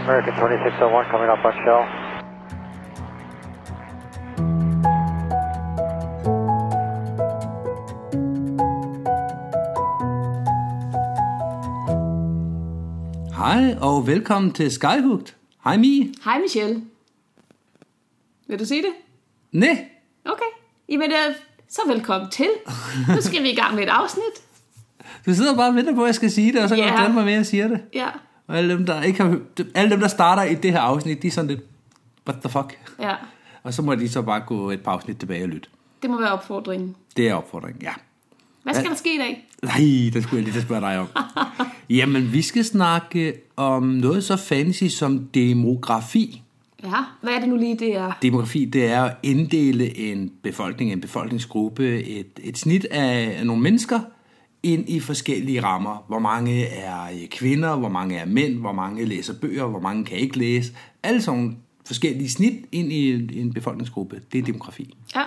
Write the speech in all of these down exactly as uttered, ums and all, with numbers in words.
American twenty-six oh one coming up on shell. Hej og velkommen til Skyhooked. Hej Mie. Hej Michelle. Vil du sige det? Nej. Okay. Jamen, øh, så velkommen til. Nu skal vi i gang med et afsnit. Du sidder bare og venter på, at jeg skal sige det, og så kan Ja. du glemme mig med, at jeg siger det. Ja. Og alle dem, der ikke har, alle dem, der starter i det her afsnit, de er sådan lidt, what the fuck? Ja. Og så må de så bare gå et par afsnit tilbage og lytte. Det må være opfordringen. Det er opfordringen, ja. Hvad skal Ja. der ske i dag? Nej, det skulle jeg lige spørge dig om. Jamen, vi skal snakke om noget så fancy som demografi. Ja, hvad er det nu lige, det er? Demografi, det er at inddele en befolkning, en befolkningsgruppe, et, et snit af nogle mennesker ind i forskellige rammer. Hvor mange er kvinder, hvor mange er mænd, hvor mange læser bøger, hvor mange kan ikke læse. Alle sådan forskellige snit ind i en, i en befolkningsgruppe. Det er demografi. Ja,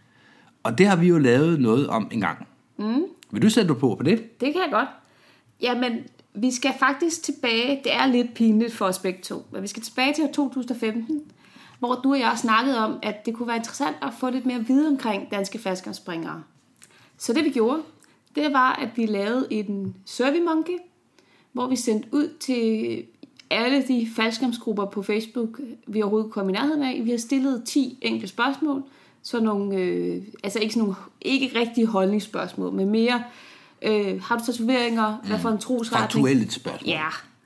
Og det har vi jo lavet noget om en gang. Mm. Vil du sætte dig på på det? det kan jeg godt. Jamen, vi skal faktisk tilbage. Det er lidt pinligt for os begge to. Men vi skal tilbage til to tusind og femten, hvor du og jeg snakkede om, at det kunne være interessant at få lidt mere viden omkring danske faldskærmsspringere. Så det vi gjorde, det var, at vi lavede en SurveyMonkey, hvor vi sendte ud til alle de faldskærmsgrupper på Facebook, vi overhovedet kom i nærheden af. Vi har stillet ti enkle spørgsmål, så nogle, øh, altså ikke sådan nogle, ikke rigtige holdningsspørgsmål, men mere, øh, har du tatoveringer, hvad for en trosretning? Faktuelt spørgsmål. Ja,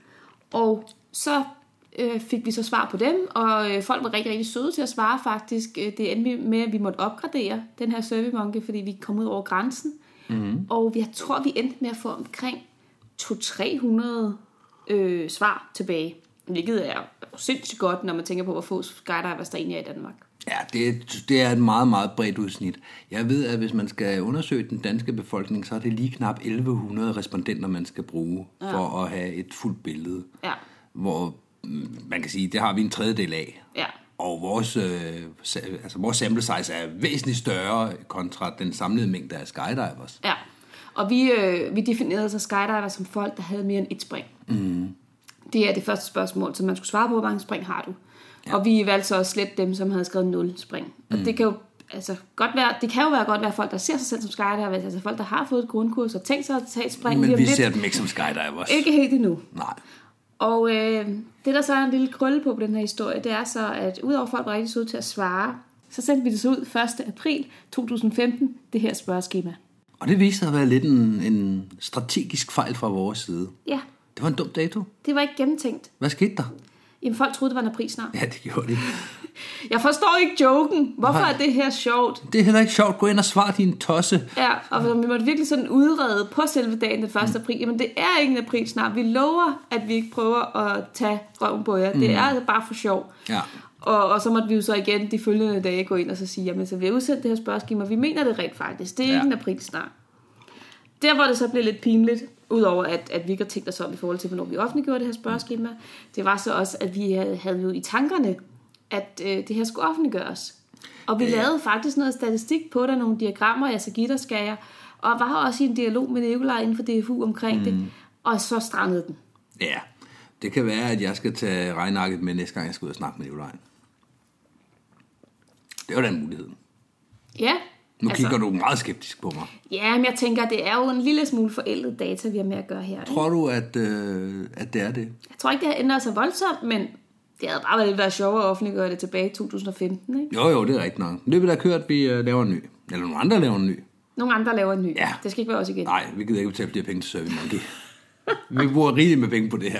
og så øh, fik vi så svar på dem, og øh, folk var rigtig, rigtig søde til at svare faktisk. Det endte med, at vi måtte opgradere den her SurveyMonkey, fordi vi kom ud over grænsen. Mm-hmm. Og jeg tror, vi endte med at få omkring to til tre hundrede øh, svar tilbage. Hvilket er sindssygt godt, når man tænker på, hvor få skydivers der egentlig er i Danmark. Ja, det, det er et meget, meget bredt udsnit. Jeg ved, at hvis man skal undersøge den danske befolkning, så er det lige knap elleve hundrede respondenter, man skal bruge ja. for at have et fuldt billede. Ja. Hvor man kan sige, det har vi en tredjedel af. Ja. Og vores, øh, altså vores sample size er væsentligt større kontra den samlede mængde af skydivers. Ja, og vi, øh, vi definerede så skydivers som folk, der havde mere end et spring. Mm. Det er det første spørgsmål, som man skulle svare på, hvor mange spring har du? Ja. Og vi valgte så at slette dem, som havde skrevet nul spring. Og mm. det kan jo altså godt være, det kan jo være godt være folk, der ser sig selv som skydivers, altså folk, der har fået et grundkurs og tænkt sig at tage et spring. Men vi lidt, ser dem ikke som skydivers. Ikke helt endnu. Nej. Og øh, det, der så er en lille krølle på på den her historie, det er så, at udover folk var rigtig søde til at svare, så sendte vi det så ud første april to tusind og femten, det her spørgeskema. Og det viste sig at være lidt en, en strategisk fejl fra vores side. Ja. Det var en dum dato. Det var ikke gennemtænkt. Hvad skete der? Jamen, folk troede, det var en april snart. Ja, det gjorde de. Jeg forstår ikke joken. Hvorfor Nej. er det her sjovt? Det er heller ikke sjovt. Gå ind og svar din tosse. Ja, og vi måtte virkelig sådan udrede på selve dagen den første april. Jamen, det er ikke en april snart. Vi lover, at vi ikke prøver at tage røven på jer. Det er altså bare for sjov. Ja. Og, og så måtte vi jo så igen de følgende dage gå ind og så sige, jamen, så vi har udsendt det her spørgeskema. Vi mener det rent faktisk. Det er Ja. ikke en april snart. Der, hvor det så blev lidt pinligt, udover at, at vi ikke har tænkt os om i forhold til, hvornår vi offentliggjorde det her spørgeskema, det var så også, at vi havde, havde jo i tankerne, at øh, det her skulle offentliggøres. Og vi ja. lavede faktisk noget statistik på der, nogle diagrammer, altså gitterskager, og var også i en dialog med Nikolaj inden for D F U omkring mm. det, og så strandede den. Ja, det kan være, at jeg skal tage regnarket med næste gang, jeg skal ud og snakke med Nikolaj. Det var da en mulighed. Ja. Nu altså, kigger du meget skeptisk på mig. Ja, men jeg tænker, det er jo en lille smule forældet data, vi har med at gøre her. Tror du, at, øh, at det er det? Jeg tror ikke, det har ændret sig voldsomt, men det havde bare været lidt sjovere at offentliggøre det tilbage i to tusind og femten, ikke? Jo, jo, det er rigtigt nok. Løbet er kørt, vi øh, laver en ny. Eller nogle andre laver en ny. Nogle andre laver en ny. Ja. Det skal ikke være os igen. Nej, vi gider ikke betale flere penge til SurveyMonkey. Vi bruger rigeligt med penge på det her.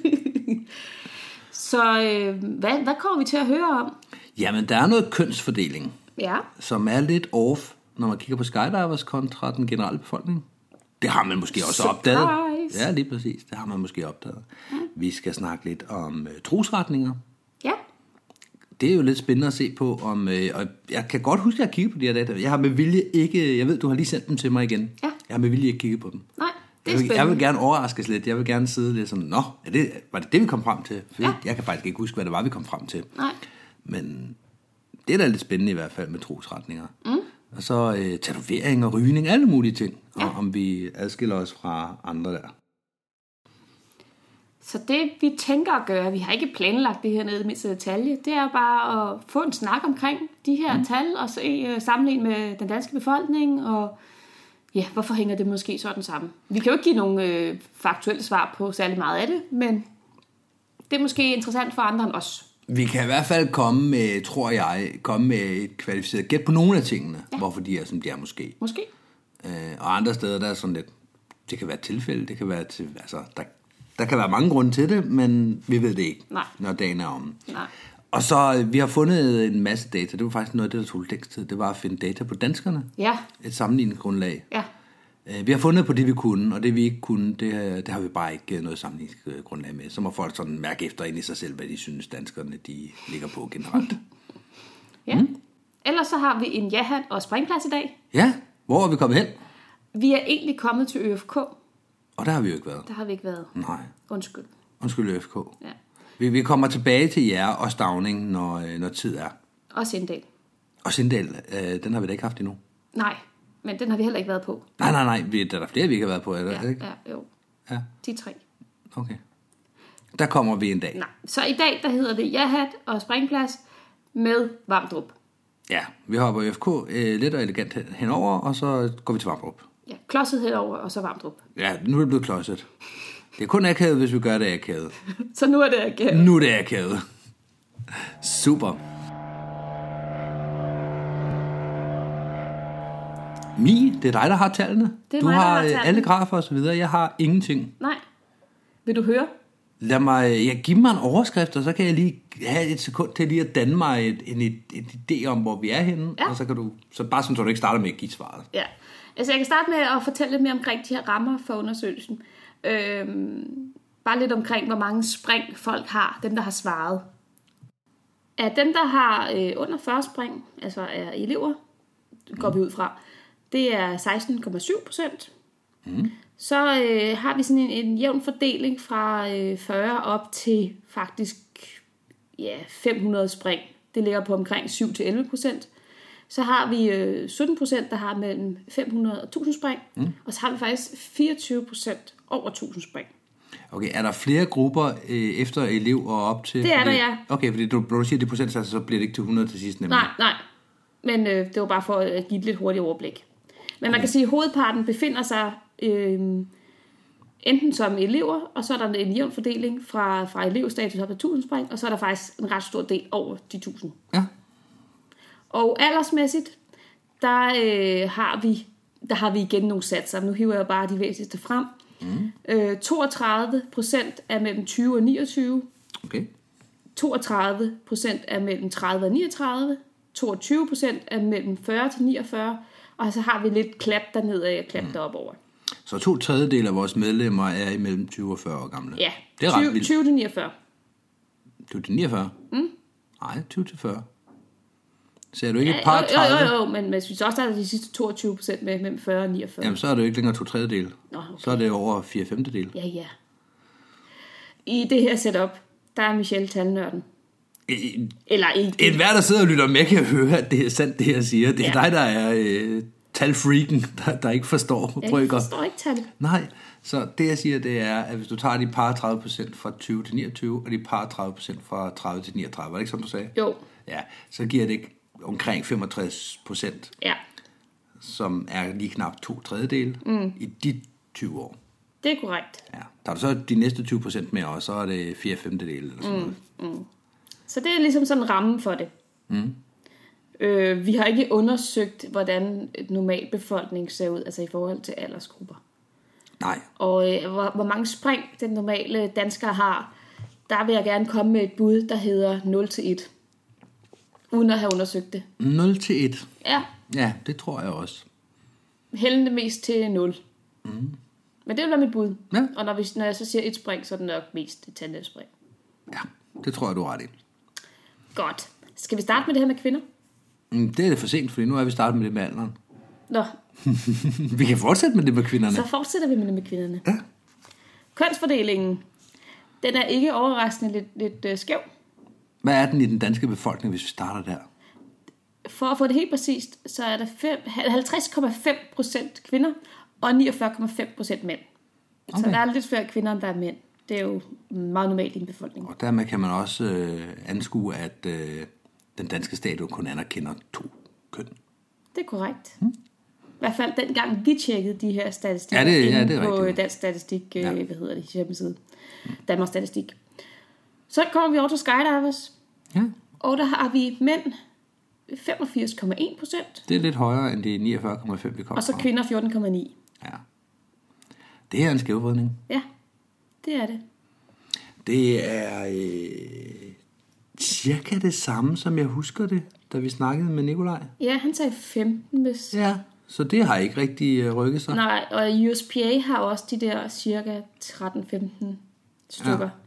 Så øh, hvad, hvad kommer vi til at høre om? Jamen, der er noget kønsfordeling, Ja. som er lidt off, når man kigger på skydivers kontra den generelle befolkning. Det har man måske også Surprise. opdaget. Ja, lige præcis. Det har man måske opdaget. Mm. Vi skal snakke lidt om uh, trosretninger. Ja. Det er jo lidt spændende at se på, om, øh, og jeg kan godt huske, at jeg kigger på de her data. Jeg har med vilje ikke, jeg ved, du har lige sendt dem til mig igen. Ja. Jeg har med vilje ikke kigget på dem. Nej, det er jeg vil, spændende. jeg vil gerne overraskes lidt. Jeg vil gerne sidde lidt sådan, nå, er det, var det det, vi kom frem til? For Ja. Jeg kan faktisk ikke huske, hvad det var, vi kom frem til. Nej. Men det er da lidt spændende i hvert fald med trosretninger. Mm. Og så øh, tatovering og rygning, alle mulige ting. Ja. Og om vi adskiller os fra andre der. Så det, vi tænker at gøre, vi har ikke planlagt det her ned i mindste detalje, det er bare at få en snak omkring de her mm. tal, og se, uh, sammenligne med den danske befolkning, og ja, hvorfor hænger det måske sådan sammen? Vi kan jo ikke give nogle øh, faktuelle svar på særlig meget af det, men det er måske interessant for andre end os. Vi kan i hvert fald komme med, tror jeg, komme med et kvalificeret gæt på nogle af tingene, ja. Hvorfor de er, som de er måske. Måske. Øh, og andre steder, der er sådan lidt, det kan være et tilfælde, det kan være til, altså, der, der kan være mange grunde til det, men vi ved det ikke, Nej. Når dagen er om. Nej. Og så, vi har fundet en masse data, det var faktisk noget af det, der tog længst tid, det var at finde data på danskerne. Ja. Et sammenligningsgrundlag. Ja. Vi har fundet på det, vi kunne, og det vi ikke kunne, det, det har vi bare ikke noget sammenligningsgrundlag med. Så må folk sådan mærke efter ind i sig selv, hvad de synes, danskerne de ligger på generelt. Ja. Mm. Ellers så har vi en ja-hat og springplads i dag. Ja, hvor er vi kommet hen? Vi er egentlig kommet til Ø F K. Og der har vi jo ikke været. Der har vi ikke været. Nej. Undskyld. Undskyld Ø F K. Ja. Vi, vi kommer tilbage til jer og Stauning, når, når tid er. Og Sindal. Og Sindal, øh, den har vi da ikke haft endnu. Nej, men den har vi heller ikke været på. Nej, nej, nej. Vi, der er der flere, vi ikke har været på, er der ja, ikke? Ja, jo. Ja. De tre. Okay. Der kommer vi en dag. Nej, så i dag, der hedder det ja-hat og springplads med Vamdrup. Ja, vi hopper Ø F K øh, let og elegant henover, og så går vi til Vamdrup. Ja, klodset henover, og så Vamdrup. Ja, nu er det blevet klodset. Det er kun akavet, hvis vi gør det akavet. Så nu er det akavet. Nu er det akavet. Super. Mi, det er dig, der har tallene. Det er du mig, der har, har tallene. alle grafer og så videre. Jeg har ingenting. Nej. Vil du høre? Lad mig, ja, give mig en overskrift, og så kan jeg lige have et sekund til lige at danne mig et, en, et, en idé om, hvor vi er henne. Ja. Og så kan du, så bare sådan, så du ikke starter med at give svaret. Ja. Altså, jeg kan starte med at fortælle lidt mere omkring de her rammer for undersøgelsen. Øhm, bare lidt omkring, hvor mange spring folk har, dem der har svaret. Af dem, der har øh, under fyrre spring, altså er elever, går vi ud fra, det er seksten komma syv procent. Mm. Så øh, har vi sådan en, en jævn fordeling fra øh, fyrre op til faktisk ja, fem hundrede spring. Det ligger på omkring syv til elleve procent. Så har vi øh, sytten procent, der har mellem fem hundrede og tusind spring. Mm. Og så har vi faktisk fireogtyve procent over tusind spring. Okay, er der flere grupper øh, efter elev og op til? Det er fordi, der, ja. Okay, fordi du, når du siger det procentsats, så bliver det ikke til hundrede til sidst nemlig. Nej, nej. Men øh, det var bare for at give et lidt hurtigt overblik. Men man kan sige, at hovedparten befinder sig øh, enten som elever, og så er der en jævn fordeling fra, fra elevstatus op til tusind spring, og så er der faktisk en ret stor del over de tusind. Ja. Og aldersmæssigt, der, øh, har vi, der har vi igen nogle satser. Nu hiver jeg bare de væsentligste frem. Mm. Øh, toogtredive procent er mellem tyve og niogtyve. Okay. toogtredive procent er mellem tredive og niogtredive. toogtyve procent er mellem fyrre til niogfyrre. Og så har vi lidt klap dernede og klap mm. deroppe over. Så to tredjedel af vores medlemmer er imellem tyve og fyrre år gamle. Ja, det er tyve, ret vildt. tyve til niogfyrre. tyve til niogfyrre? Mm. Nej, tyve til fyrre. Ser du ikke Ja, et par jo, tredive? jo, jo, jo, men hvis vi så også har de sidste toogtyve procent med mellem fyrre og niogfyrre. Jamen, så er det jo ikke længere to tredjedel. Nå, okay. Så er det over fire femtedel. Ja, ja. I det her setup, der er Michelle talnørden. En, Eller ikke. en hver, der sidder og lytter med, kan høre, at det er sandt, det jeg siger. Det er Ja. dig, der er øh, talfreaken, der, der ikke forstår Jeg brygger. forstår ikke tal. Nej, så det jeg siger, det er, at hvis du tager de par tredive procent fra tyve til niogtyve, og de par tredive procent fra tredive til niogtredive, var det ikke som du sagde? Jo. Ja, så giver det omkring femogtres procent, Ja, som er lige knap to tredjedele mm. i de tyve år. det er korrekt. Ja, der er du så de næste tyve procent med, og så er det fire femtedele eller sådan mm. noget. Så det er ligesom sådan en ramme for det. Mm. Øh, vi har ikke undersøgt, hvordan et normal befolkning ser ud, altså i forhold til aldersgrupper. Nej. Og øh, hvor, hvor mange spring den normale dansker har, der vil jeg gerne komme med et bud, der hedder nul til et. Uden at have undersøgt det. nul til et. Ja, Ja, det tror jeg også. hældende mest til nul. Mm. Men det vil være mit bud. Ja. Og når, vi, når jeg så siger et spring, så er det nok mest et tandemspring. Ja, det tror jeg, du har ret i. Godt. Skal vi starte med det her med kvinder? Mm, det er det for sent, fordi nu er vi startet med det med alderen. Nå, Vi kan fortsætte med det med kvinderne. så fortsætter vi med det med kvinderne. Ja. Kønsfordelingen, den er ikke overraskende lidt, lidt uh, skæv. Hvad er den i den danske befolkning, hvis vi starter der? For at få det helt præcist, så er der halvtreds komma fem procent kvinder og niogfyrre komma fem procent mænd. Okay. Så Okay. der er lidt flere kvinder, end der er mænd. Det er jo meget normalt i en befolkning. Og dermed kan man også øh, anskue, at øh, den danske stat jo kun anerkender to køn. Det er korrekt. Hmm. I hvert fald dengang vi tjekkede de her statistikker ja, det, ja, det på rigtigt. Dansk Statistik, ja. hvad hedder det, hjemmeside. Hmm. Danmarks Statistik. Så kommer vi over til skydivers. Ja. Og der har vi mænd femogfirs komma en procent. Det er lidt højere end de niogfyrre komma fem vi kommer. Og så kvinder fjorten komma ni. Ja. Det er en skævvridning. Ja, det er det. Det er øh, cirka det samme, som jeg husker det, da vi snakkede med Nikolaj. Ja, han sagde femten, hvis... Ja, så det har ikke rigtig øh, rykket sig. Nej, og U S P A har også de der cirka tretten femten stykker. Ja.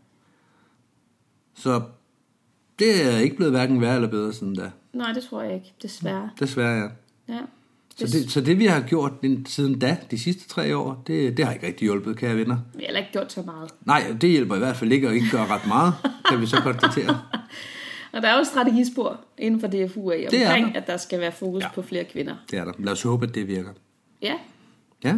Så det er ikke blevet hverken værre eller bedre siden da. Nej, det tror jeg ikke, desværre. Desværre, ja. Ja. Så det, så det vi har gjort siden da, de sidste tre år, det, det har ikke rigtig hjulpet, kære venner. Vi har heller ikke gjort så meget. Nej, det hjælper i hvert fald ikke at ikke gøre ret meget, kan vi så konstatere. Og der er jo strategispor inden for D F U A omkring, at der skal være fokus ja. på flere kvinder. Det er der. Lad os håbe, at det virker. Ja. Ja.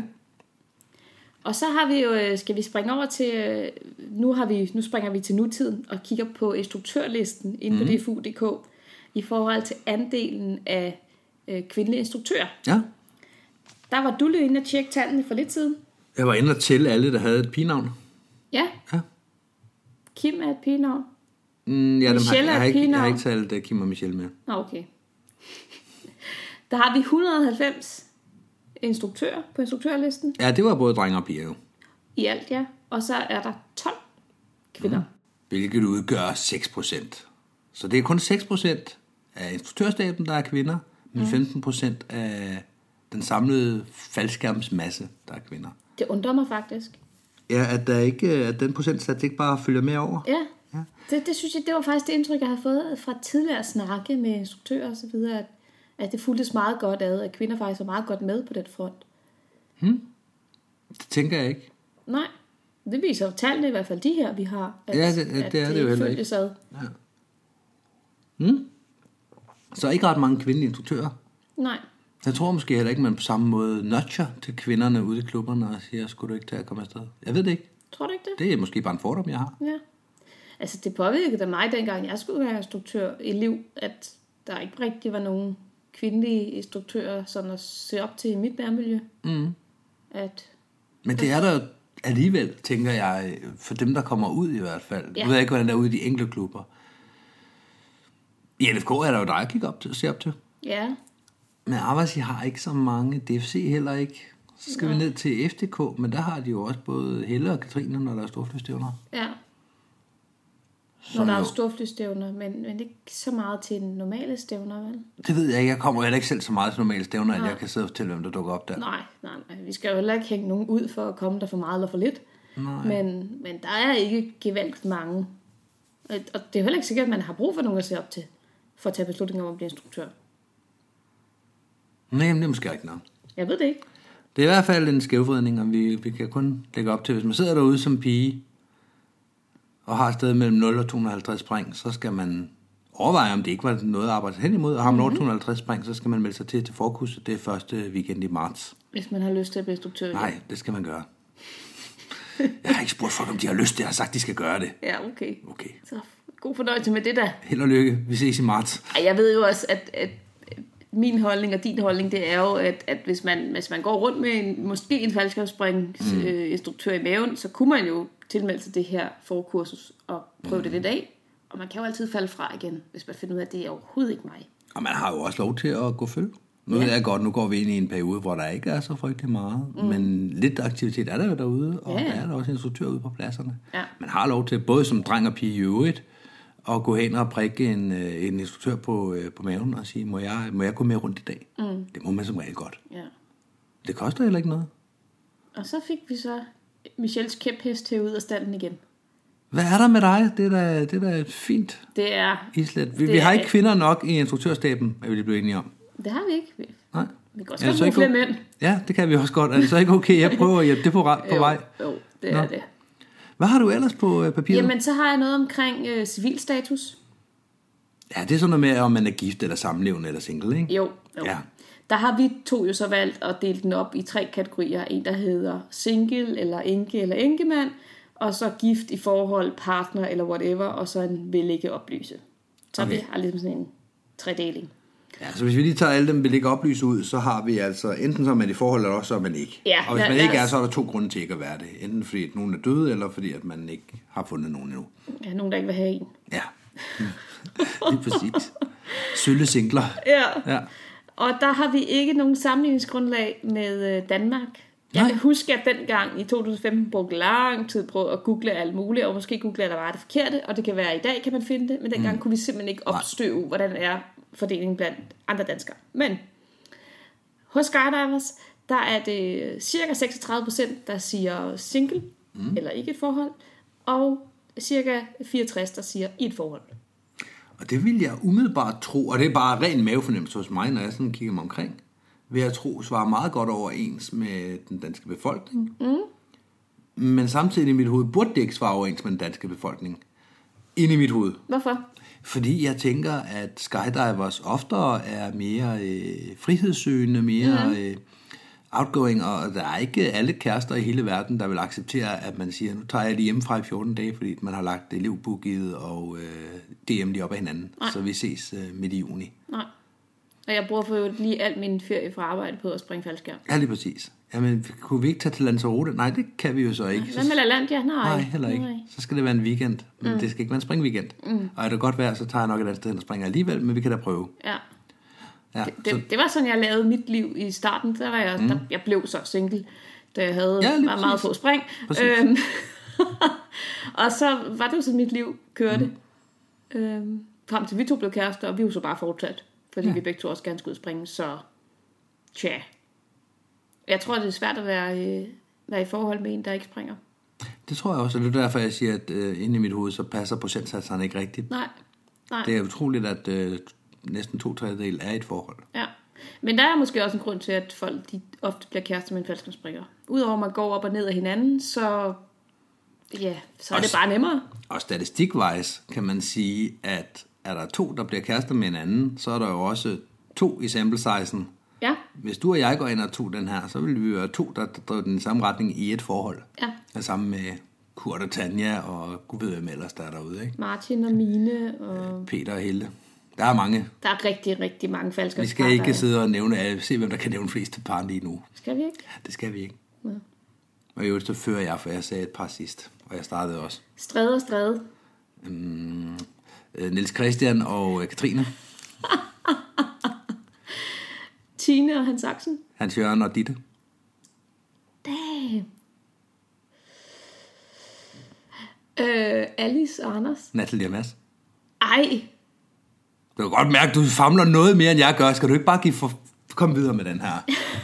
Og så har vi jo, skal vi springe over til, nu, har vi, nu springer vi til nutiden og kigger på instruktørlisten inde på mm. D F U punktum d k i forhold til andelen af øh, kvindelige instruktører. Ja. Der var du lige inde og tjekke tallene for lidt siden. Jeg var inde og tælle alle, der havde et pigenavn. Ja. Ja. Kim er et pigenavn. Mm, ja, dem har, jeg, er har et ikke, jeg har pigenavn. ikke talt uh, Kim og Michelle med. Nå, okay. Der har vi et hundrede og halvfems instruktører på instruktørlisten. Ja, det var både drenge og piger jo. I alt, ja. Og så er der tolv kvinder. Mm. Hvilket udgør seks procent. Så det er kun seks procent af instruktørstaben, der er kvinder, men mm. femten procent af den samlede faldskærmsmasse, der er kvinder. Det undrer mig faktisk. Ja, at, der ikke, at den procentsats ikke bare følger med over. Ja, ja. Det, det synes jeg, det var faktisk det indtryk, jeg har fået fra tidligere snakke med instruktører og så videre, at, at det fulgtes meget godt ad, at kvinder faktisk var meget godt med på den front. Hmm. Det tænker jeg ikke. Nej, det viser jo tallene i hvert fald de her, vi har. At, ja, det, det, at det er det, det jo heller ikke. Ad. Ja. Hmm. Så ikke ret mange kvindelige instruktører. Nej. Jeg tror måske heller ikke, man på samme måde nudger til kvinderne ude i klubberne og siger, skulle du ikke tage at komme afsted? Jeg ved det ikke. Tror du ikke det? Det er måske bare en fordom, jeg har. Ja. Altså, det påvirkede da mig, dengang jeg skulle være instruktør i liv, at der ikke rigtig var nogen kvindelige instruktører sådan at se op til i mit nærmiljø. Mm. At, Men det er der alligevel, tænker jeg, for dem, der kommer ud i hvert fald. Ja. Jeg ved ikke, hvordan der er ude i de enkelte klubber. I L F K er der jo dig at kigge op til, at se op til. Ja. Men Avasi har ikke så mange, D F C heller ikke. Så skal ja. vi ned til F D K, men der har de jo også både Helle og Katrine, når der er storflystævner. Ja. Når der er storflystævner, men, men ikke så meget til normale stævner, vel? Det ved jeg ikke. Jeg kommer heller ikke selv så meget til normale stævner, at jeg kan sidde og fortælle, hvem der dukker op der. Nej, nej, nej. Vi skal jo heller ikke hænge nogen ud for at komme der for meget eller for lidt. Nej. Men, men der er ikke gevalgt mange. Og det er jo heller ikke sikkert, at man har brug for nogen at se op til, for at tage beslutninger om at blive instruktør. Nej, men det er måske ikke noget. Jeg ved det ikke. Det er i hvert fald en skævvridning, og vi, vi kan kun lægge op til, hvis man sidder derude som pige, og har et sted mellem nul og to hundrede og halvtreds spring, så skal man overveje, om det ikke var noget at arbejde hen imod, og har man over to hundrede og halvtreds spring, så skal man melde sig til til forkurset, det er første weekend i marts. Hvis man har lyst til at blive instruktør. Nej, det skal man gøre. Jeg har ikke spurgt folk, om de har lyst til, jeg har sagt, de skal gøre det. Ja, okay. Okay. Så god fornøjelse med det der. Held og lykke, vi ses i marts. Ej, jeg ved jo også, at, at min holdning og din holdning, det er jo, at, at hvis, man, hvis man går rundt med en, måske en faldskærmsspring-instruktør mm. i maven, så kunne man jo tilmelde sig det her forkursus og prøve mm. det lidt af. Og man kan jo altid falde fra igen, hvis man finder ud af, at det er overhovedet ikke mig. Og man har jo også lov til at gå følge. Nu ja. er det godt, nu går vi ind i en periode, hvor der ikke er så frygtelig meget, mm. men lidt aktivitet er der jo derude, og ja. der er der også instruktører ude på pladserne. Ja. Man har lov til, både som dreng og pige i øvrigt, at gå hen og prikke en, en instruktør på, på maven og sige, må jeg, må jeg gå med rundt i dag? Mm. Det må man som regel godt. Ja. Det koster heller ikke noget. Og så fik vi så Michelles kæphest til ud af stallen igen. Hvad er der med dig? Det er da, det er da fint. Det er... Islet. Vi, vi har ikke kvinder nok i instruktørstaben, er vi lige blevet enige om. Det har vi ikke. Vi, Nej. Vi kan også godt bruge flere mænd. Ja, det kan vi også godt. Er det så ikke okay? Jeg prøver at hjælpe det på, på jo, vej. Jo, det Nå. er det. Hvad har du ellers på øh, papiret? Jamen, så har jeg noget omkring øh, civilstatus. Ja, det er sådan noget med, om man er gift eller samlevende eller single, ikke? Jo, jo. Ja. Der har vi to jo så valgt at dele den op i tre kategorier. En, der hedder single eller enke eller enkemand. og så gift i forhold, partner eller whatever, og så en vil ikke oplyse. Så okay. Vi har ligesom sådan en tredeling. Ja, så hvis vi lige tager alle dem vil ikke oplyse ud, så har vi altså, enten så er man i forhold, eller også så er man ikke. Ja, og hvis man lad, ikke lad er, så er der to grunde til ikke at være det. Enten fordi, at nogen er døde, eller fordi, at man ikke har fundet nogen endnu. Ja, nogen, der ikke vil have en. Ja, lige præcis. Sølle singler. Ja. ja, og der har vi ikke nogen sammenligningsgrundlag med Danmark. Jeg Nej. kan huske, at dengang i to tusind og femten brugte lang tid på at google alt muligt, og måske google, at der var det forkerte, og det kan være, at i dag kan man finde det, men dengang mm. kunne vi simpelthen ikke opstøve, Nej. hvordan er fordelingen blandt andre danskere. Men hos skydivers, der er det cirka seksogtredive procent, der siger single, mm. eller ikke et forhold, og cirka fireogtres, der siger i et forhold. Og det vil jeg umiddelbart tro, og det er bare ren mavefornemmelse hos mig, når jeg sådan kigger mig omkring, vil jeg tro, svarer meget godt overens med den danske befolkning. Mm. Men samtidig i mit hoved burde det ikke svare overens med den danske befolkning. Inde i mit hoved. Hvorfor? Fordi jeg tænker, at skydivers oftere er mere øh, frihedssøgende, mere mm. øh, outgoing, og der er ikke alle kærester i hele verden, der vil acceptere, at man siger, nu tager jeg lige hjemmefra i fjorten dage, fordi man har lagt elevbooket og øh, D M lige op ad hinanden. Nej. Så vi ses øh, midt i juni. Nej. Og jeg bruger for jo lige alt min ferie fra arbejde på at springe faldskærm. Ja, lige præcis. Jamen, kunne vi ikke tage til Lanzarote? Nej, det kan vi jo så ikke. Hvad med LaLandia? Nej. Nej, heller ikke. Nej. Så skal det være en weekend. Men mm. det skal ikke være en springweekend. Mm. Og er det godt vejr, så tager jeg nok et andet sted hen og springer alligevel, men vi kan da prøve. Ja. ja det, det, det var sådan, jeg lavede mit liv i starten. Der var jeg, mm. der, jeg blev så single, da jeg havde ja, var meget få spring. Øhm, og så var det jo sådan, mit liv kørte. Mm. Øhm, frem til vi to blev kærester, og vi var så bare fortsat. Fordi ja. vi begge to også gerne skulle springe, så tja. Jeg tror, det er svært at være, øh, være i forhold med en, der ikke springer. Det tror jeg også, og det er derfor, jeg siger, at øh, inde i mit hoved, så passer procentsatserne ikke rigtigt. Nej. Nej. Det er utroligt, at øh, næsten to tredjedel er et forhold. Ja, men der er måske også en grund til, at folk de ofte bliver kærester med en faldskærmsspringer. Udover at man går op og ned af hinanden, så, ja, så er også, det bare nemmere. Og statistikvejs kan man sige, at er der to, der bliver kærester med hinanden, så er der jo også to i sample sizen. Ja. Hvis du og jeg går ind og tog den her, så vil vi være to, der driver den samme retning i et forhold. Ja. Og sammen med Kurt og Tanja og gud ved hvem ellers der er derude, ikke? Martin og Mine og Peter og Helle. Der er mange. Der er rigtig, rigtig mange falske. Vi skal ikke der, sidde og nævne, se hvem der kan nævne fleste par lige nu. Skal vi ikke? Det skal vi ikke. Ja. Og i øvrigt så fører jeg, for jeg sagde et par sidst, og jeg startede også. Stræde og Stræde. Øhm, Niels Christian og Katrine. Tine og Hans Axel. Hans Jørgen og Ditte. Damn. Øh, Alice og Anders. Natalie og Mads. Ej. Du kan godt mærke, at du famler noget mere, end jeg gør. Skal du ikke bare give for... Kom videre med den her.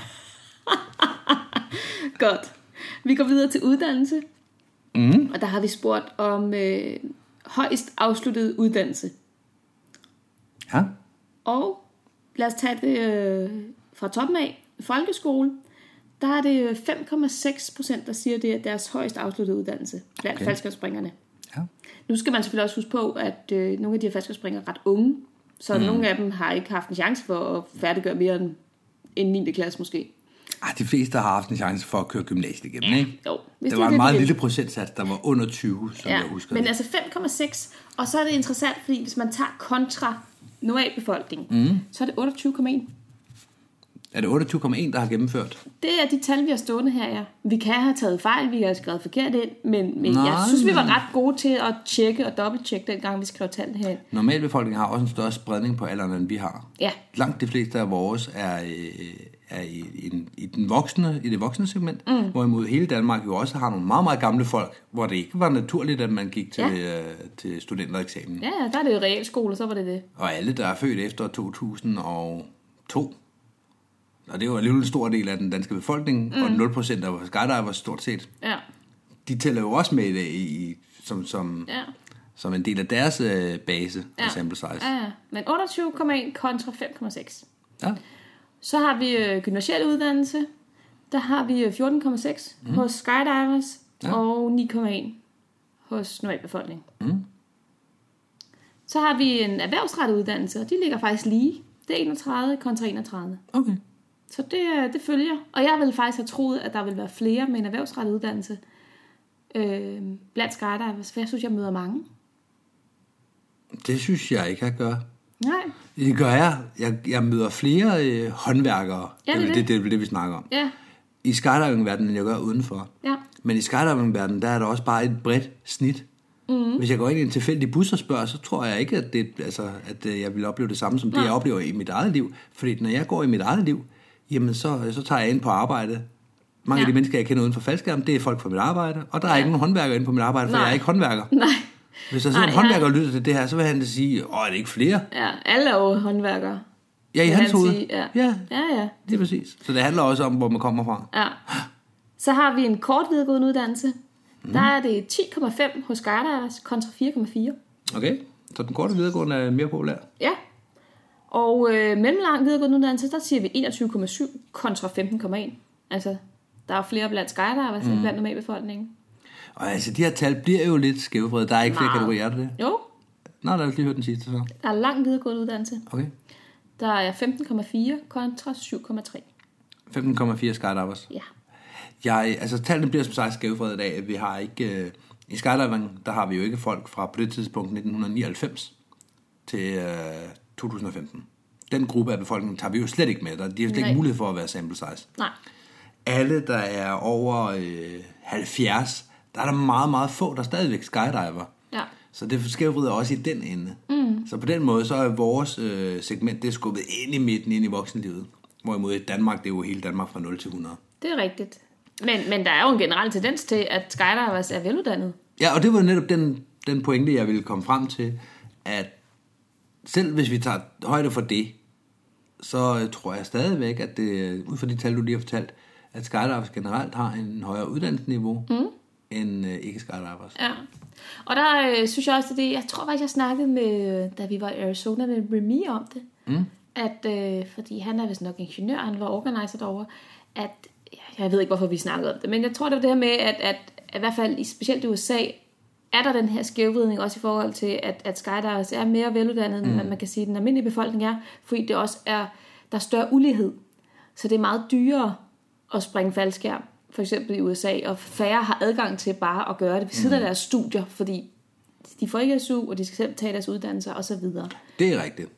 Godt. Vi går videre til uddannelse. Mm. Og der har vi spurgt om øh, højst afsluttet uddannelse. Ja. Og lad os tage det øh, fra toppen af. Folkeskole. Der er det fem komma seks procent, der siger, det er deres højst afsluttede uddannelse blandt okay. faldskærmsspringerne. Ja. Nu skal man selvfølgelig også huske på, at øh, nogle af de her faldskærmsspringere er ret unge. Så mm. nogle af dem har ikke haft en chance for at færdiggøre mere end en niende klasse måske. Ah, de fleste har haft en chance for at køre gymnasiet igennem, ja, ikke? Jo. Det, det var en meget lille procentsats, der var under tyve, som ja, jeg husker men det. altså fem komma seks, og så er det interessant, fordi hvis man tager kontra normalbefolkningen, mm. så er det otteogtyve komma en. Er det otteogtyve komma en, der har gennemført? Det er de tal, vi har stående her, ja. Vi kan have taget fejl, vi har skrevet forkert ind, men, men jeg synes, vi var ret gode til at tjekke og dobbelttjekke, dengang vi skrev tallene her. Normalbefolkningen har også en større spredning på alderen, end vi har. Ja. Langt de fleste af vores er, er i, i, i, den voksne, i det voksne segment, mm. hvorimod hele Danmark jo også har nogle meget, meget gamle folk, hvor det ikke var naturligt, at man gik til, ja. øh, til studentereksamen. Ja, der er det jo realskole, så var det det. Og alle, der er født efter to tusind og to, og det er jo alligevel en stor del af den danske befolkning, mm. og nul procent af skydivers stort set. Ja. De tæller jo også med i det, i, som, som, ja. som en del af deres øh, base ja. af sample size. Ja, men otteogtyve komma en kontra fem komma seks. Ja. Så har vi øh, gymnasial uddannelse. Der har vi fjorten komma seks mm. hos skydivers, ja. og ni komma en hos normalbefolkningen. Mm. Så har vi en erhvervsrettet uddannelse, og de ligger faktisk lige. Det er enogtredive kontra enogtredive. Okay. Så det, det følger. Og jeg ville faktisk have troet, at der ville være flere med en erhvervsrettet uddannelse. øh, blandt skydivers, for jeg synes, jeg møder mange. Det synes jeg ikke, jeg gør. Nej. Det gør jeg. Jeg, jeg møder flere øh, håndværkere. Ja, det er det. det. Det, det er det, vi snakker om. Ja. I skydiving-verdenen, end jeg gør udenfor. Ja. Men i skydiving-verdenen, der er der også bare et bredt snit. Mm. Hvis jeg går ind i en tilfældig bus og spørger, så tror jeg ikke, at, det, altså, at jeg vil opleve det samme som det, Nej. jeg oplever i mit eget liv. Fordi når jeg går i mit eget liv, jamen så, så tager jeg ind på arbejde. Mange ja. af de mennesker, jeg kender uden for faldskærm, det er folk fra mit arbejde. Og der er ja. ikke nogen håndværker inde på mit arbejde, for Nej. jeg er ikke håndværker. Nej. Hvis der sidder en håndværker og lytter til det her, så vil han sige, åh, er det ikke flere? Ja, alle er jo håndværkere. Ja, i hans hoved. Ja. ja, ja, ja. Det er præcis. Så det handler også om, hvor man kommer fra. Ja. Så har vi en kort videregående uddannelse. Mm. Der er det ti komma fem hos skydivers kontra fire komma fire. Okay, så den korte videregående er mere populær. Ja. Og øh, mellemlang videregående uddannelse, der siger vi enogtyve komma syv kontra femten komma en. Altså, der er flere blandt skydivers mm. end blandt normalbefolkningen. Og altså, de her tal bliver jo lidt skævvredet. Der er ikke flere kategorier, er det det? Jo. Nå, der er lige hørt den sidste så. Der er lang videregående uddannelse. Okay. Der er femten komma fire kontra syv komma tre. femten komma fire skydivers? Ja. Jeg, altså, tallene bliver som sagt skævvredet af, at vi har ikke... Øh, I skydiving, der har vi jo ikke folk fra på det tidspunkt nitten nioghalvfems til øh, to tusind og femten. Den gruppe af befolkningen tager vi jo slet ikke med. Der, de har slet ikke mulighed for at være sample size. Nej. Alle, der er over øh, halvfjerds, der er der meget, meget få, der stadigvæk skydiver. Ja. Så det skævvrider også i den ende. Mm. Så på den måde, så er vores øh, segment, det er skubbet ind i midten, ind i voksenlivet. Hvorimod i Danmark, det er jo hele Danmark fra nul til hundrede. Det er rigtigt. Men, men der er jo en generel tendens til, at skydivers er veluddannet. Ja, og det var netop den, den pointe, jeg ville komme frem til, at selv hvis vi tager højde for det, så tror jeg stadigvæk, at det, ud fra de tal, du lige har fortalt, at skydivers generelt har en højere uddannelsesniveau mm. end øh, ikke-skydivers. Ja, og der øh, synes jeg også, at det, jeg tror faktisk, jeg snakkede med, da vi var i Arizona med Remy om det, mm. at, øh, fordi han er vist nok ingeniør, han var organizer derovre, at, jeg ved ikke, hvorfor vi snakkede om det, men jeg tror, det var det her med, at, at, at i hvert fald, specielt i U S A, er der den her skævvridning også i forhold til, at, at skydivers er mere veluddannet, mm. end man kan sige, den almindelige befolkning er, fordi det også er, der er større ulighed. Så det er meget dyrere at springe faldskærm, for eksempel i U S A, og færre har adgang til bare at gøre det ved siden af deres studier, fordi de får ikke S U, og de skal selv tage deres uddannelser osv. Det er rigtigt.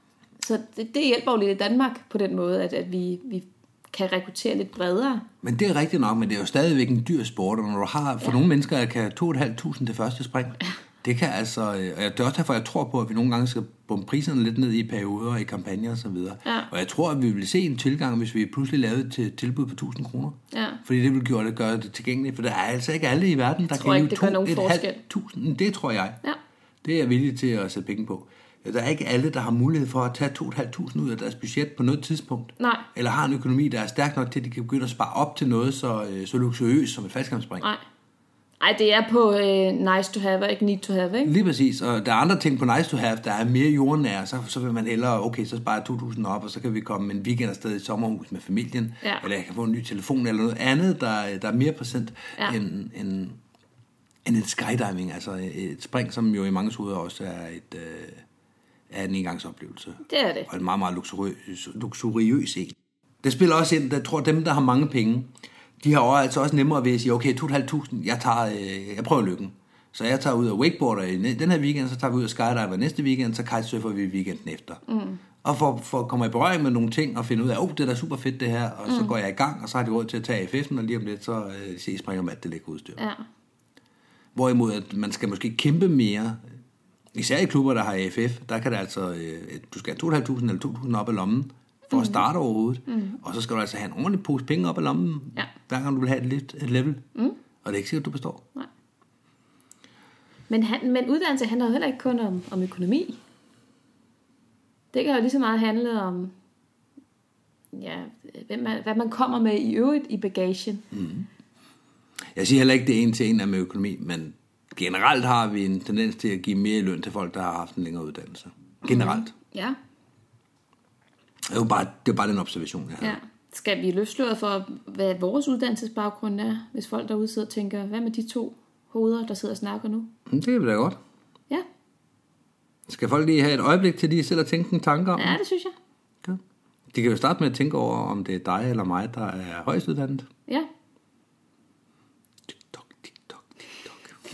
Så det, det hjælper jo lidt i Danmark på den måde, at, at vi, vi kan rekruttere lidt bredere. Men det er rigtigt nok, men det er jo stadigvæk en dyr sport, og når du har, for ja. nogle mennesker kan to tusind fem hundrede til første spring, ja. det kan altså, og det er også derfor, jeg tror på, at vi nogle gange skal bombe priserne lidt ned i perioder, i kampagner og så videre. Ja. Og jeg tror, at vi vil se en tilgang, hvis vi pludselig lavede til tilbud på tusind kroner. Ja. Fordi det vil gøre det, gøre det tilgængeligt, for der er altså ikke alle i verden, der kan give to et halvt tusind. Det tror jeg. Ja. Det er jeg villig til at sætte penge på. Der er ikke alle, der har mulighed for at tage to tusind fem hundrede ud af deres budget på noget tidspunkt. Nej. Eller har en økonomi, der er stærk nok til, at de kan begynde at spare op til noget så, så luksuriøst som et faldskærmsspring. Nej. Ej, det er på uh, nice to have, og ikke need to have, ikke? Lige præcis, og der er andre ting på nice to have, der er mere jordnære, så, så vil man hellere, okay, så sparer to tusind op, og så kan vi komme en weekend afsted i sommerhus med familien, ja. Eller jeg kan få en ny telefon, eller noget andet, der, der er mere præsent ja. end, end, end et skydiving, altså et spring, som jo i mange hoveder også er et... Øh, er en engangsoplevelse. Det er det. Og en meget, meget luksuriøs, luksuriøs en. Det spiller også ind, jeg tror, dem, der har mange penge, de har også, altså også nemmere ved at sige, okay, to tusind fem hundrede, jeg, tager, jeg prøver lykken. Så jeg tager ud og wakeboarder i den her weekend, så tager vi ud og skydiver næste weekend, så kitesurfer vi weekenden efter. Mm. Og for, for at komme i berøring med nogle ting, og finde ud af, åh, oh, det er da super fedt det her, og mm. så går jeg i gang, og så har de råd til at tage i festen, og lige om lidt, så øh, se, springer mat, det ligger udstyr. Ja. Hvorimod, at man skal måske kæmpe mere. Især i klubber, der har A F F, der kan det altså, øh, du skal have to tusind fem hundrede eller to tusind op af lommen, for mm. at starte overhovedet. Mm. Og så skal du altså have en ordentlig pose penge op af lommen, ja. hver gang du vil have et, lidt, et level. Mm. Og det er ikke sikkert, du består. Nej. Men, han, men uddannelse handler jo heller ikke kun om, om økonomi. Det kan jo lige så meget handle om, ja, hvad man, hvad man kommer med i øvrigt i bagagen. Mm. Jeg siger heller ikke, det er en til en af med økonomi, men generelt har vi en tendens til at give mere løn til folk, der har haft en længere uddannelse. Generelt. Mm. Ja. Det er jo bare, det er bare den observation, jeg har. Ja. Skal vi løfte for, hvad vores uddannelsesbaggrund er, hvis folk derude sidder og tænker, hvad med de to hoveder, der sidder og snakker nu? Det kan vi da godt. Ja. Skal folk lige have et øjeblik til lige selv at tænke en tanke om? Ja, det synes jeg. Okay. De kan jo starte med at tænke over, om det er dig eller mig, der er højst uddannet. Ja. TikTok, TikTok, TikTok.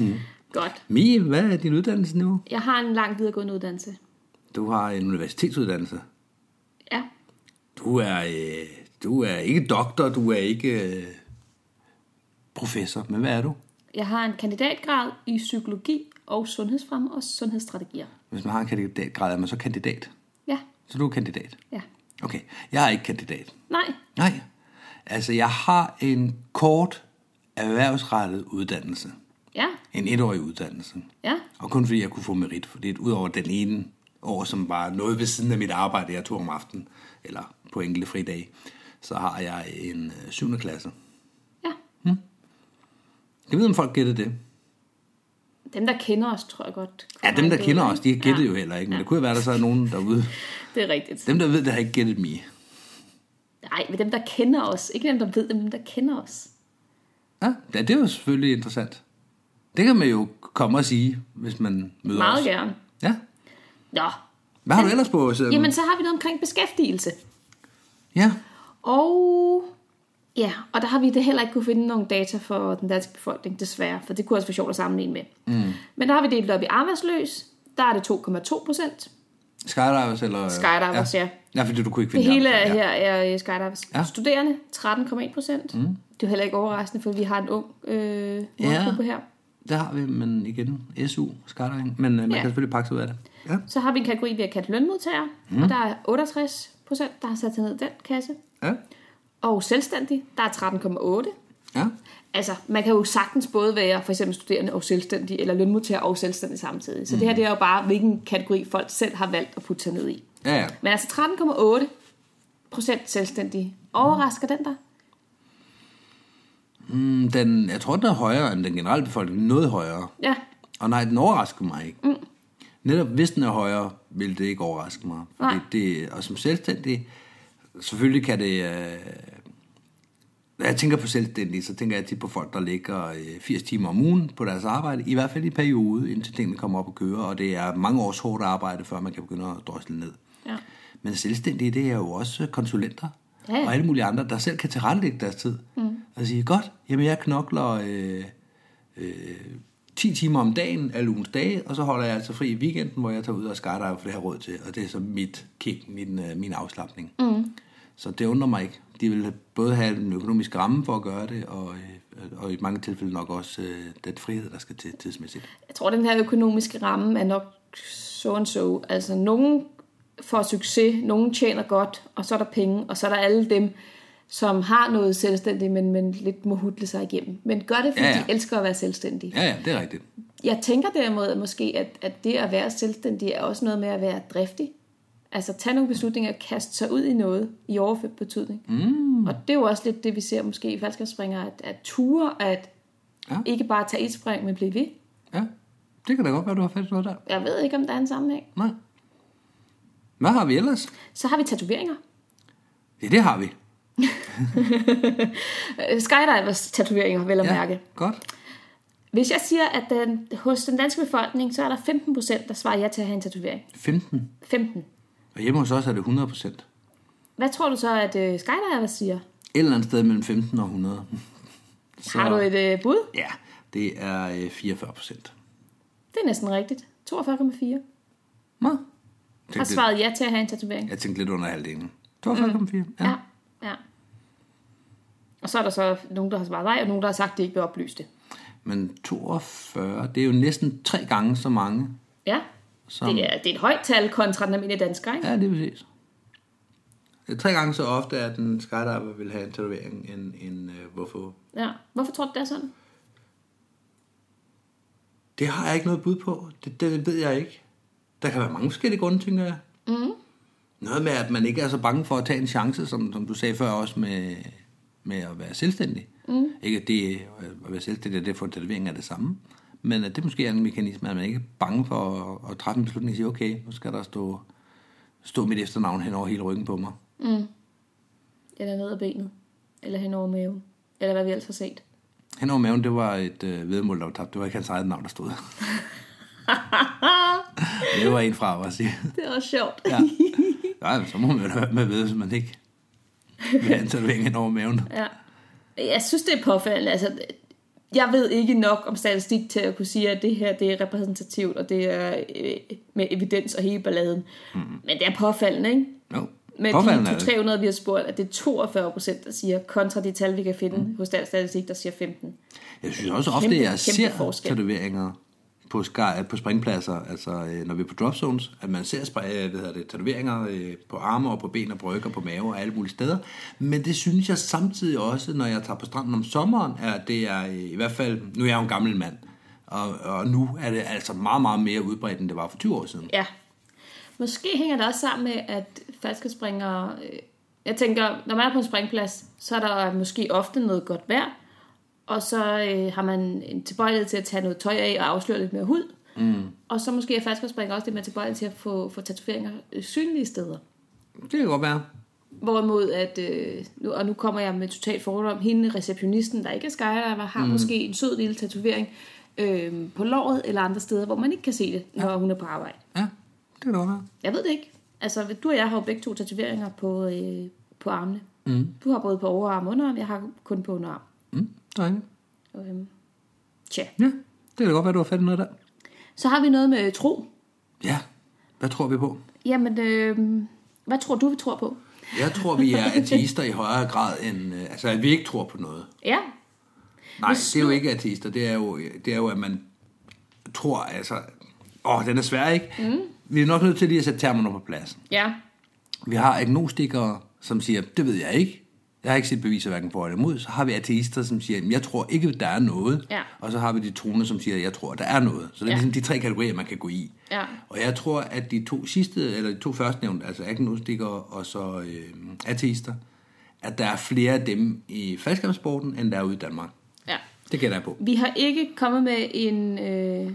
Hmm. Godt. Mie, hvad er din uddannelse nu? Jeg har en lang videregående uddannelse. Du har en universitetsuddannelse. Ja. Du er, øh, du er ikke doktor, du er ikke øh, professor, men hvad er du? Jeg har en kandidatgrad i psykologi og sundhedsfremme og sundhedsstrategier. Hvis man har en kandidatgrad, er man så kandidat? Ja. Så du er kandidat? Ja. Okay, jeg er ikke kandidat. Nej. Nej, altså jeg har en kort erhvervsrettet uddannelse. Ja. En etårig uddannelse. Ja. Og kun fordi jeg kunne få merit, for det er ud over den ene år, som var noget ved siden af mit arbejde, jeg tog om aftenen, eller på enkelte fridage, så har jeg en syvende klasse. Ja. Hmm? Jeg ved, om folk gætter det. Dem, der kender os, tror jeg godt. Ja, dem, der kender os, de gætter ja. jo heller ikke, men ja. det kunne jo være, der så er nogen derude. Det er rigtigt. Dem, der ved det, har ikke gættet mig. Nej, men dem, der kender os. Ikke dem, der ved, dem, der kender os. Ja, det er jo selvfølgelig interessant. Det kan man jo komme og sige, hvis man møder Meget os. Meget gerne. Ja. Nå. Hvad har du ellers på? Så... Jamen, så har vi noget omkring beskæftigelse. Ja. Og ja, og der har vi det heller ikke kunne finde nogen data for den danske befolkning, desværre, for det kunne også være sjovt at sammenligne med. Mm. Men der har vi delt op i arbejdsløs, der er det to komma to procent. Skydivers eller... Skydivers, ja. ja. Ja, fordi du kunne ikke Det finde hele det. ja. her er skydivers. Ja. Studerende, tretten komma en procent. Mm. Det er heller ikke overraskende, for vi har en ung øh, målgruppe ja, her. Det har vi, men igen, S U, skydiving, men øh, man ja. kan selvfølgelig pakke sig ud af det. Ja. Så har vi en kategori, vi har kaldt lønmodtagere, mm. og der er otteogtres procent, der har sat sig ned i den kasse. Ja. Og selvstændig, der er tretten komma otte. Ja. Altså, man kan jo sagtens både være for eksempel studerende og selvstændig, eller lønmodtager og selvstændig samtidig. Så mm. det her det er jo bare, hvilken kategori folk selv har valgt at putte sig ned i. Ja, ja. Men altså tretten komma otte procent selvstændige. Overrasker den der? Mm, den, jeg tror, den er højere end den generelle befolkning. Noget højere. Ja. Og nej, den overrasker mig ikke. Mm. Netop hvis den er højere, vil det ikke overraske mig. Fordi det, og som selvstændig, selvfølgelig kan det... Øh, når jeg tænker på selvstændige, så tænker jeg tit på folk, der ligger øh, firs timer om ugen på deres arbejde. I hvert fald i periode, indtil tingene kommer op og kører. Og det er mange års hårdt arbejde, før man kan begynde at drosle ned. Ja. Men selvstændige, det er jo også konsulenter. Ja, ja. Og alle mulige andre, der selv kan tilrettelægge deres tid. Mm. Og sige, godt, jamen jeg knokler øh, øh, ti timer om dagen, alle ugens dage, og så holder jeg altså fri i weekenden, hvor jeg tager ud og skydiver, for det har råd til. Og det er så mit kick, min, øh, min afslapning. Mm. Så det undrer mig ikke. De vil både have en økonomisk ramme for at gøre det, og, øh, og i mange tilfælde nok også øh, den frihed, der skal til tidsmæssigt. Jeg tror, den her økonomiske ramme er nok so and so. Altså, nogen får succes, nogen tjener godt, og så er der penge, og så er der alle dem, som har noget selvstændigt, men, men lidt må hudle sig igennem. Men gør det, fordi ja, ja. de elsker at være selvstændige. Ja, ja, det er rigtigt. Jeg tænker derimod måske, at, at det at være selvstændig er også noget med at være driftig. Altså tage nogle beslutninger og kaste sig ud i noget i overført betydning. Mm. Og det er jo også lidt det, vi ser måske i faldskærmsspringere, at, at ture, at ja. ikke bare tage et spring, men blive ved. Ja, det kan da godt være, du har fat noget der. Jeg ved ikke, om der er en sammenhæng. Nej. Hvad har vi ellers? Så har vi tatoveringer. Ja, det har vi. Skydivers tatoveringer, vel at ja, mærke. Godt. Hvis jeg siger, at den, hos den danske befolkning, så er der femten procent, der svarer ja til at have en tatovering. femten? femten. Og hjemme hos os er det hundrede procent. Hvad tror du så, at uh, skydivers siger? Et eller andet sted mellem femten og hundrede. Så, har du et uh, bud? Ja, det er uh, fireogfyrre procent. Det er næsten rigtigt. toogfyrre komma fire. Nå. Har svaret ja til at have en tatovering. Jeg tænkte lidt under halvdelen. toogfyrre komma fire. Mm. Ja. ja, ja. Og så er der så nogen, der har svaret nej, og nogen, der har sagt, at de ikke vil oplyse det. Men toogfyrre, det er jo næsten tre gange så mange. Ja, som... det, er, det er et højt tal kontra den almindelige dansker, ikke? Ja, det er præcis. Det er tre gange så ofte, at en skydiver vil have en tatovering, end, end uh, hvorfor. Ja, hvorfor tror du, det er sådan? Det har jeg ikke noget bud på. Det, det ved jeg ikke. Der kan være mange forskellige grunde, tænker jeg. Mm. Noget med, at man ikke er så bange for at tage en chance, som, som du sagde før også, med, med at være selvstændig. Mm. Ikke at det at være selvstændig, at det for en tatovering er det samme. Men at det måske er en mekanisme, at man ikke er bange for at, at træffe en beslutning og sige, okay, nu skal der stå, stå mit efternavn hen over hele ryggen på mig. Mm. Eller ned ad benet. Eller hen over maven. Eller hvad vi ellers har set. Hen over maven, det var et øh, vedmål, der var tabt. Det var ikke hans eget navn, der stod. Det var en fra os. Det var sjovt. Ja. Nej, så må man jo da være med ved, hvis man ikke vil have en tatovering hen over maven. Ja. Jeg synes, det er påfaldende. Altså, jeg ved ikke nok om statistik til at kunne sige, at det her det er repræsentativt, og det er øh, med evidens og hele balladen. Mm. Men det er påfaldende, ikke? Jo. Med de to hundrede til tre hundrede, vi har spurgt, at det er toogfyrre procent, der siger, kontra de tal, vi kan finde mm. hos Dansk Statistik, der siger femten. Jeg synes også ofte, at jeg ser tatoveringer på, sky, på springpladser, altså når vi er på drop zones, at man ser hvad hedder det, tatoveringer på arme og på ben og brygger på mave og alle mulige steder. Men det synes jeg samtidig også, når jeg tager på stranden om sommeren, at det er i hvert fald, nu er jeg jo en gammel mand, og, og nu er det altså meget, meget mere udbredt, end det var for tyve år siden. Ja. Måske hænger det også sammen med, at falskespringere, jeg tænker, når man er på en springplads, så er der måske ofte noget godt vejr, og så øh, har man en tilbøjelighed til at tage noget tøj af og afsløre lidt mere hud. Mm. Og så måske er falskespringere også det med tilbøjelighed til at få, få tatoveringer synlige steder. Det kan godt være. Hvorimod, at, øh, nu, og nu kommer jeg med totalt fordom, hende receptionisten, der ikke er skydiver, har mm. måske en sød lille tatovering øh, på låret eller andre steder, hvor man ikke kan se det, når ja. hun er på arbejde. Ja, det kan godt være. Jeg ved det ikke. Altså, du og jeg har jo begge to tatoveringer på, øh, på armene. Mm. Du har både på overarm og underarm, jeg har kun på underarm. Mm, dejligt. Øhm, tja. Ja, det kan da godt være, du har fat i noget der. Så har vi noget med tro. Ja, hvad tror vi på? Jamen, øh, hvad tror du, vi tror på? Jeg tror, vi er ateister i højere grad end... Øh, altså, at vi ikke tror på noget. Ja. Nej, det er jo ikke ateister. Det er jo, det er jo at man tror, altså... Åh, den er svær, ikke? Mm. Vi er nok nødt til lige at sætte termerne på plads. Ja. Vi har agnostikere, som siger, det ved jeg ikke. Jeg har ikke set beviser hverken for eller imod. Så har vi ateister, som siger, jeg tror ikke, der er noget. Ja. Og så har vi de troende, som siger, jeg tror, der er noget. Så det er ja. ligesom de tre kategorier, man kan gå i. Ja. Og jeg tror, at de to sidste, eller de to førstnævnte, altså agnostikere og så øh, ateister, at der er flere af dem i faldskærmssporten, end der er ude i Danmark. Ja. Det gætter jeg på. Vi har ikke kommet med en... Øh...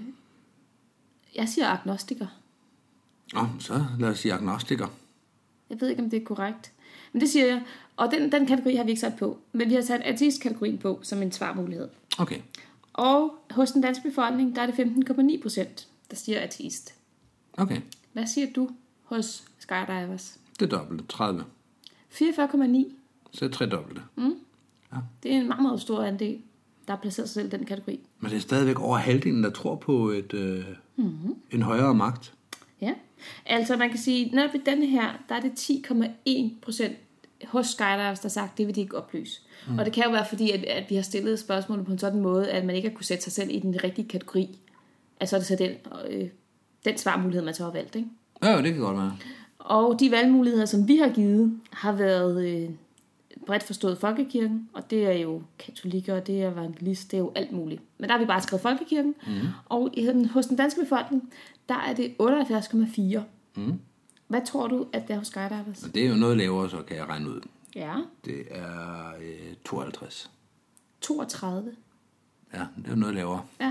Jeg siger agnostiker. Nå, så lad os sige agnostiker. Jeg ved ikke, om det er korrekt. Men det siger jeg. Og den, den kategori har vi ikke sat på. Men vi har sat ateist-kategorien på som en svarmulighed. Okay. Og hos den danske befolkning, der er det femten komma ni procent, der siger ateist. Okay. Hvad siger du hos skydivers? Det er dobbelt. tredive. fireogfyrre komma ni. Så er det tredobbelte. Mm. Ja. Det er en meget, meget stor andel, der har placeret sig selv i den kategori. Men det er stadigvæk over halvdelen, der tror på et, øh, mm-hmm. en højere magt. Ja. Altså man kan sige, når ved denne her, der er det ti komma en procent hos skydivers, der har sagt, det vil de ikke oplyse. Mm. Og det kan jo være fordi, at, at vi har stillet spørgsmålet på en sådan måde, at man ikke har kunne sætte sig selv i den rigtige kategori. Altså er det så den, øh, den svarmulighed, man så har valgt, ikke? Ja, det kan godt være. Og de valgmuligheder, som vi har givet, har været øh, bredt forstået folkekirken, og det er jo katolikker, det er evangelist, det er jo alt muligt. Men der har vi bare skrevet folkekirken, mm. og hos den danske befolkning, der er det otteoghalvfjerds komma fire. Mm. Hvad tror du, at det er hos skydivers? Det er jo noget lavere, så kan jeg regne ud. Ja. Det er øh, tooghalvtreds. toogtredive. Ja, det er jo noget lavere. Ja.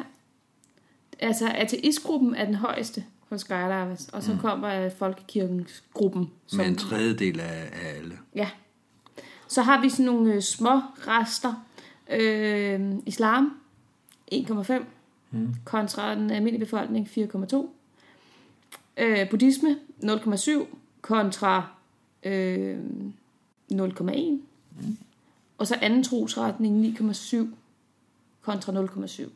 Altså, ateistgruppen er den højeste hos skydivers, og så mm. kommer folkekirkens gruppen. Som... Med en tredjedel af, af alle. Ja. Så har vi sådan nogle øh, små rester. Øh, islam, en komma fem. Mm. Kontra den almindelige befolkning, fire komma to. Øh, buddhisme, nul komma syv. Kontra øh, nul komma en. Mm. Og så anden trosretning, ni komma syv. Kontra nul komma syv.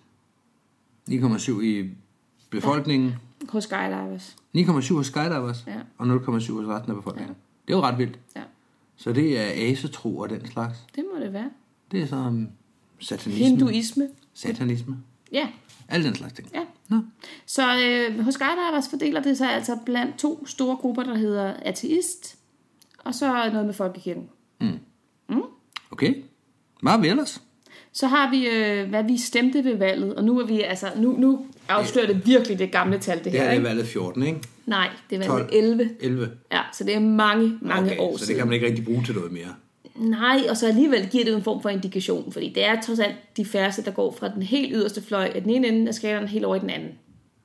ni komma syv i befolkningen? Ja. Hos skydivers. ni komma syv hos skydivers? Ja. Og nul komma syv hos resten af befolkningen? Ja. Det er jo ret vildt. Ja. Så det er asetro og den slags? Det må det være. Det er så um, satanisme? Hinduisme. Satanisme? Ja. Alle den slags ting? Ja. Nå. Så øh, hos skydivers fordeler det sig altså blandt to store grupper, der hedder ateist, og så noget med folkekirken. Mm. Mm. Okay. Hvad har vi ellers? Så har vi, øh, hvad vi stemte ved valget, og nu er vi, altså, nu, nu afslører det virkelig det gamle tal, det her. Det er valget fjorten, ikke? Nej, det er valget elleve. elleve. Ja, så det er mange, mange okay, år så siden. det kan man ikke rigtig bruge til noget mere. Nej, og så alligevel giver det en form for indikation, fordi det er trods alt de færreste, der går fra den helt yderste fløj af den ene ende af skalaen helt over i den anden.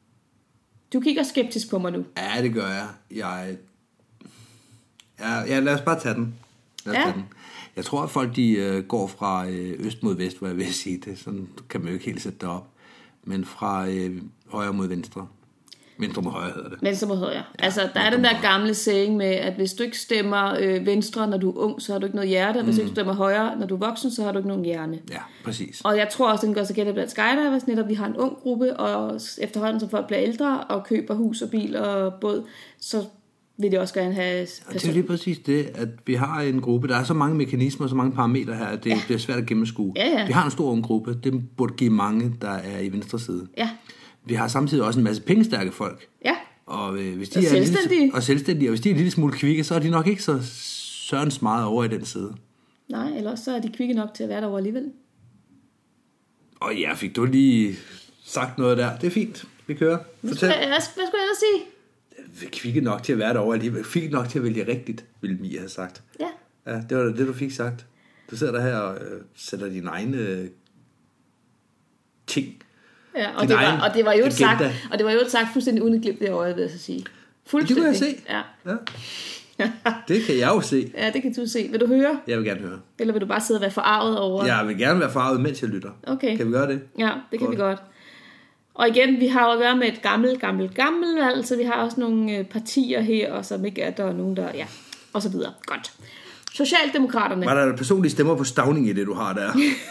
Du kigger skeptisk på mig nu. Ja, det gør jeg. Jeg... Ja, ja lad os bare tage den. Lad os ja. tage den. Jeg tror, at folk de øh, går fra øh, øst mod vest, hvor jeg vil sige det. Sådan kan man jo ikke helt sætte det op. Men fra øh, højre mod venstre. Venstre mod højre hedder det. Venstre mod højre. Ja, altså, der er den der gamle saying med, at hvis du ikke stemmer øh, venstre, når du er ung, så har du ikke noget hjerte. Og hvis mm. du ikke stemmer højre, når du er voksen, så har du ikke nogen hjerne. Ja, præcis. Og jeg tror også, den gør sig gældende blandt skydivers, netop vi har en ung gruppe, og efterhånden, som folk bliver ældre og køber hus og bil og båd, så vil de også gerne have person. Og det er lige præcis det, at vi har en gruppe, der er så mange mekanismer, så mange parametre her, at det, ja. det er svært at gennemskue. Ja, ja. Vi har en stor ung gruppe, det burde give mange, der er i venstre side. Ja. Vi har samtidig også en masse pengestærke folk. Ja. Og, øh, hvis de og er selvstændige. Lille, og selvstændige. Og hvis de er en lille smule kvikke, så er de nok ikke så sørens meget over i den side. Nej, eller også så er de kvikke nok til at være derovre alligevel. Og ja, fik du lige sagt noget der. Det er fint. Vi kører. Fortæl. Hvad, hvad skulle jeg ellers sige? Kvikke nok til at være derovre alligevel. Kvikke nok til at vælge rigtigt, ville Mia have sagt. Ja. Ja, det var det, du fik sagt. Du sidder der her og øh, sætter dine egne øh, ting. Ja, og det, var, og det var jo et sagt, og det var jo et sagt fuldstændig uden glimt det øje, vil jeg så sige. Fuldstændig. Det kan jeg se. Ja. Ja. Det kan jeg jo se. Ja, det kan du se. Vil du høre? Jeg vil gerne høre. Eller vil du bare sidde og være forarvet over? Jeg vil gerne være forarvet, mens jeg lytter. Okay. Kan vi gøre det? Ja, det kan godt. vi godt. Og igen, vi har jo at gøre med et gammelt, gammelt, gammelt valg, så vi har også nogle partier her, og som ikke er der nogen, der, ja, og så videre. Godt. Socialdemokraterne. Var der personlige stemmer på Stauning i det, du har der?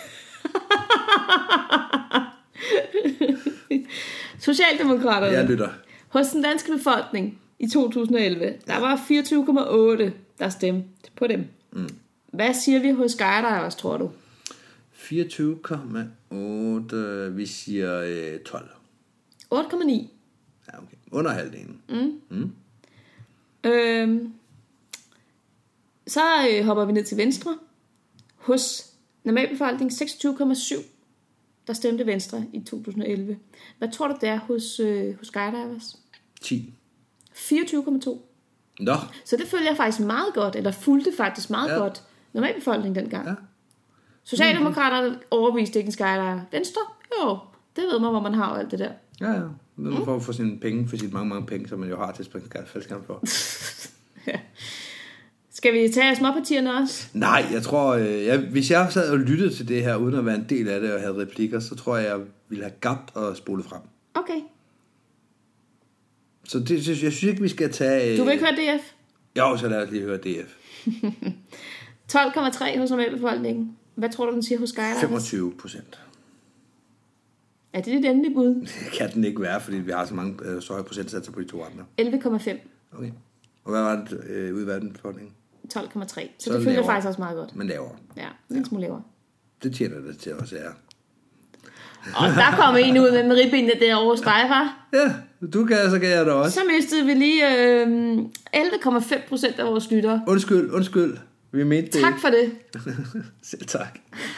Socialdemokraterne. Jeg lytter. Hos den danske befolkning i to tusind og elleve, der var fireogtyve komma otte, der stemte på dem. Mm. Hvad siger vi hos skydivers, tror du? fireogtyve komma otte, vi siger øh, tolv. otte komma ni. Ja, okay. Under halvdelen. Mm. Mm. Øhm, så øh, hopper vi ned til venstre. Hos normalbefolkningen seksogtyve komma syv, der stemte Venstre i to tusind og elleve. Hvad tror du, det er hos, øh, hos skydivers? ti. fireogtyve komma to. Nå. Så det følger jeg faktisk meget godt, eller fulgte faktisk meget ja. godt normalbefolkningen dengang. Ja. Socialdemokraterne mm-hmm. overbeviste ikke en skydiver. Venstre? Jo, det ved man, hvor man har alt det der. Ja, ja. Man mm. får for sine penge, for sine mange, mange penge, som man jo har til at springe faldskærm for. Ja. Skal vi tage småpartierne også? Nej, jeg tror, øh, jeg, hvis jeg sad og lyttede til det her, uden at være en del af det og havde replikker, så tror jeg, jeg ville have gabt og spolet frem. Okay. Så det, jeg synes ikke, vi skal tage... Øh... Du vil ikke høre D F? Jo, så lad os lige høre D F. tolv komma tre hos normalbefolkningen. Hvad tror du, den siger hos skydivers? femogtyve procent. Er det dit endelige bud? Det kan den ikke være, fordi vi har så mange øh, så høje procentsatser på de to andre. elleve komma fem. Okay. Og hvad var det øh, ude i verdensbefolkningen? tolv komma tre. Så, så det følger faktisk også meget godt. Men lavere. Ja, en ja. smule lavere. Det tjener det til også, ja. Og der kom en ud med ribbenene derovre hos dig, far. Ja, du kan, så kan jeg da også. Så mistede vi lige øh, elleve komma fem procent af vores lyttere. Undskyld, undskyld. Vi mente det. Tak for det. Selv tak.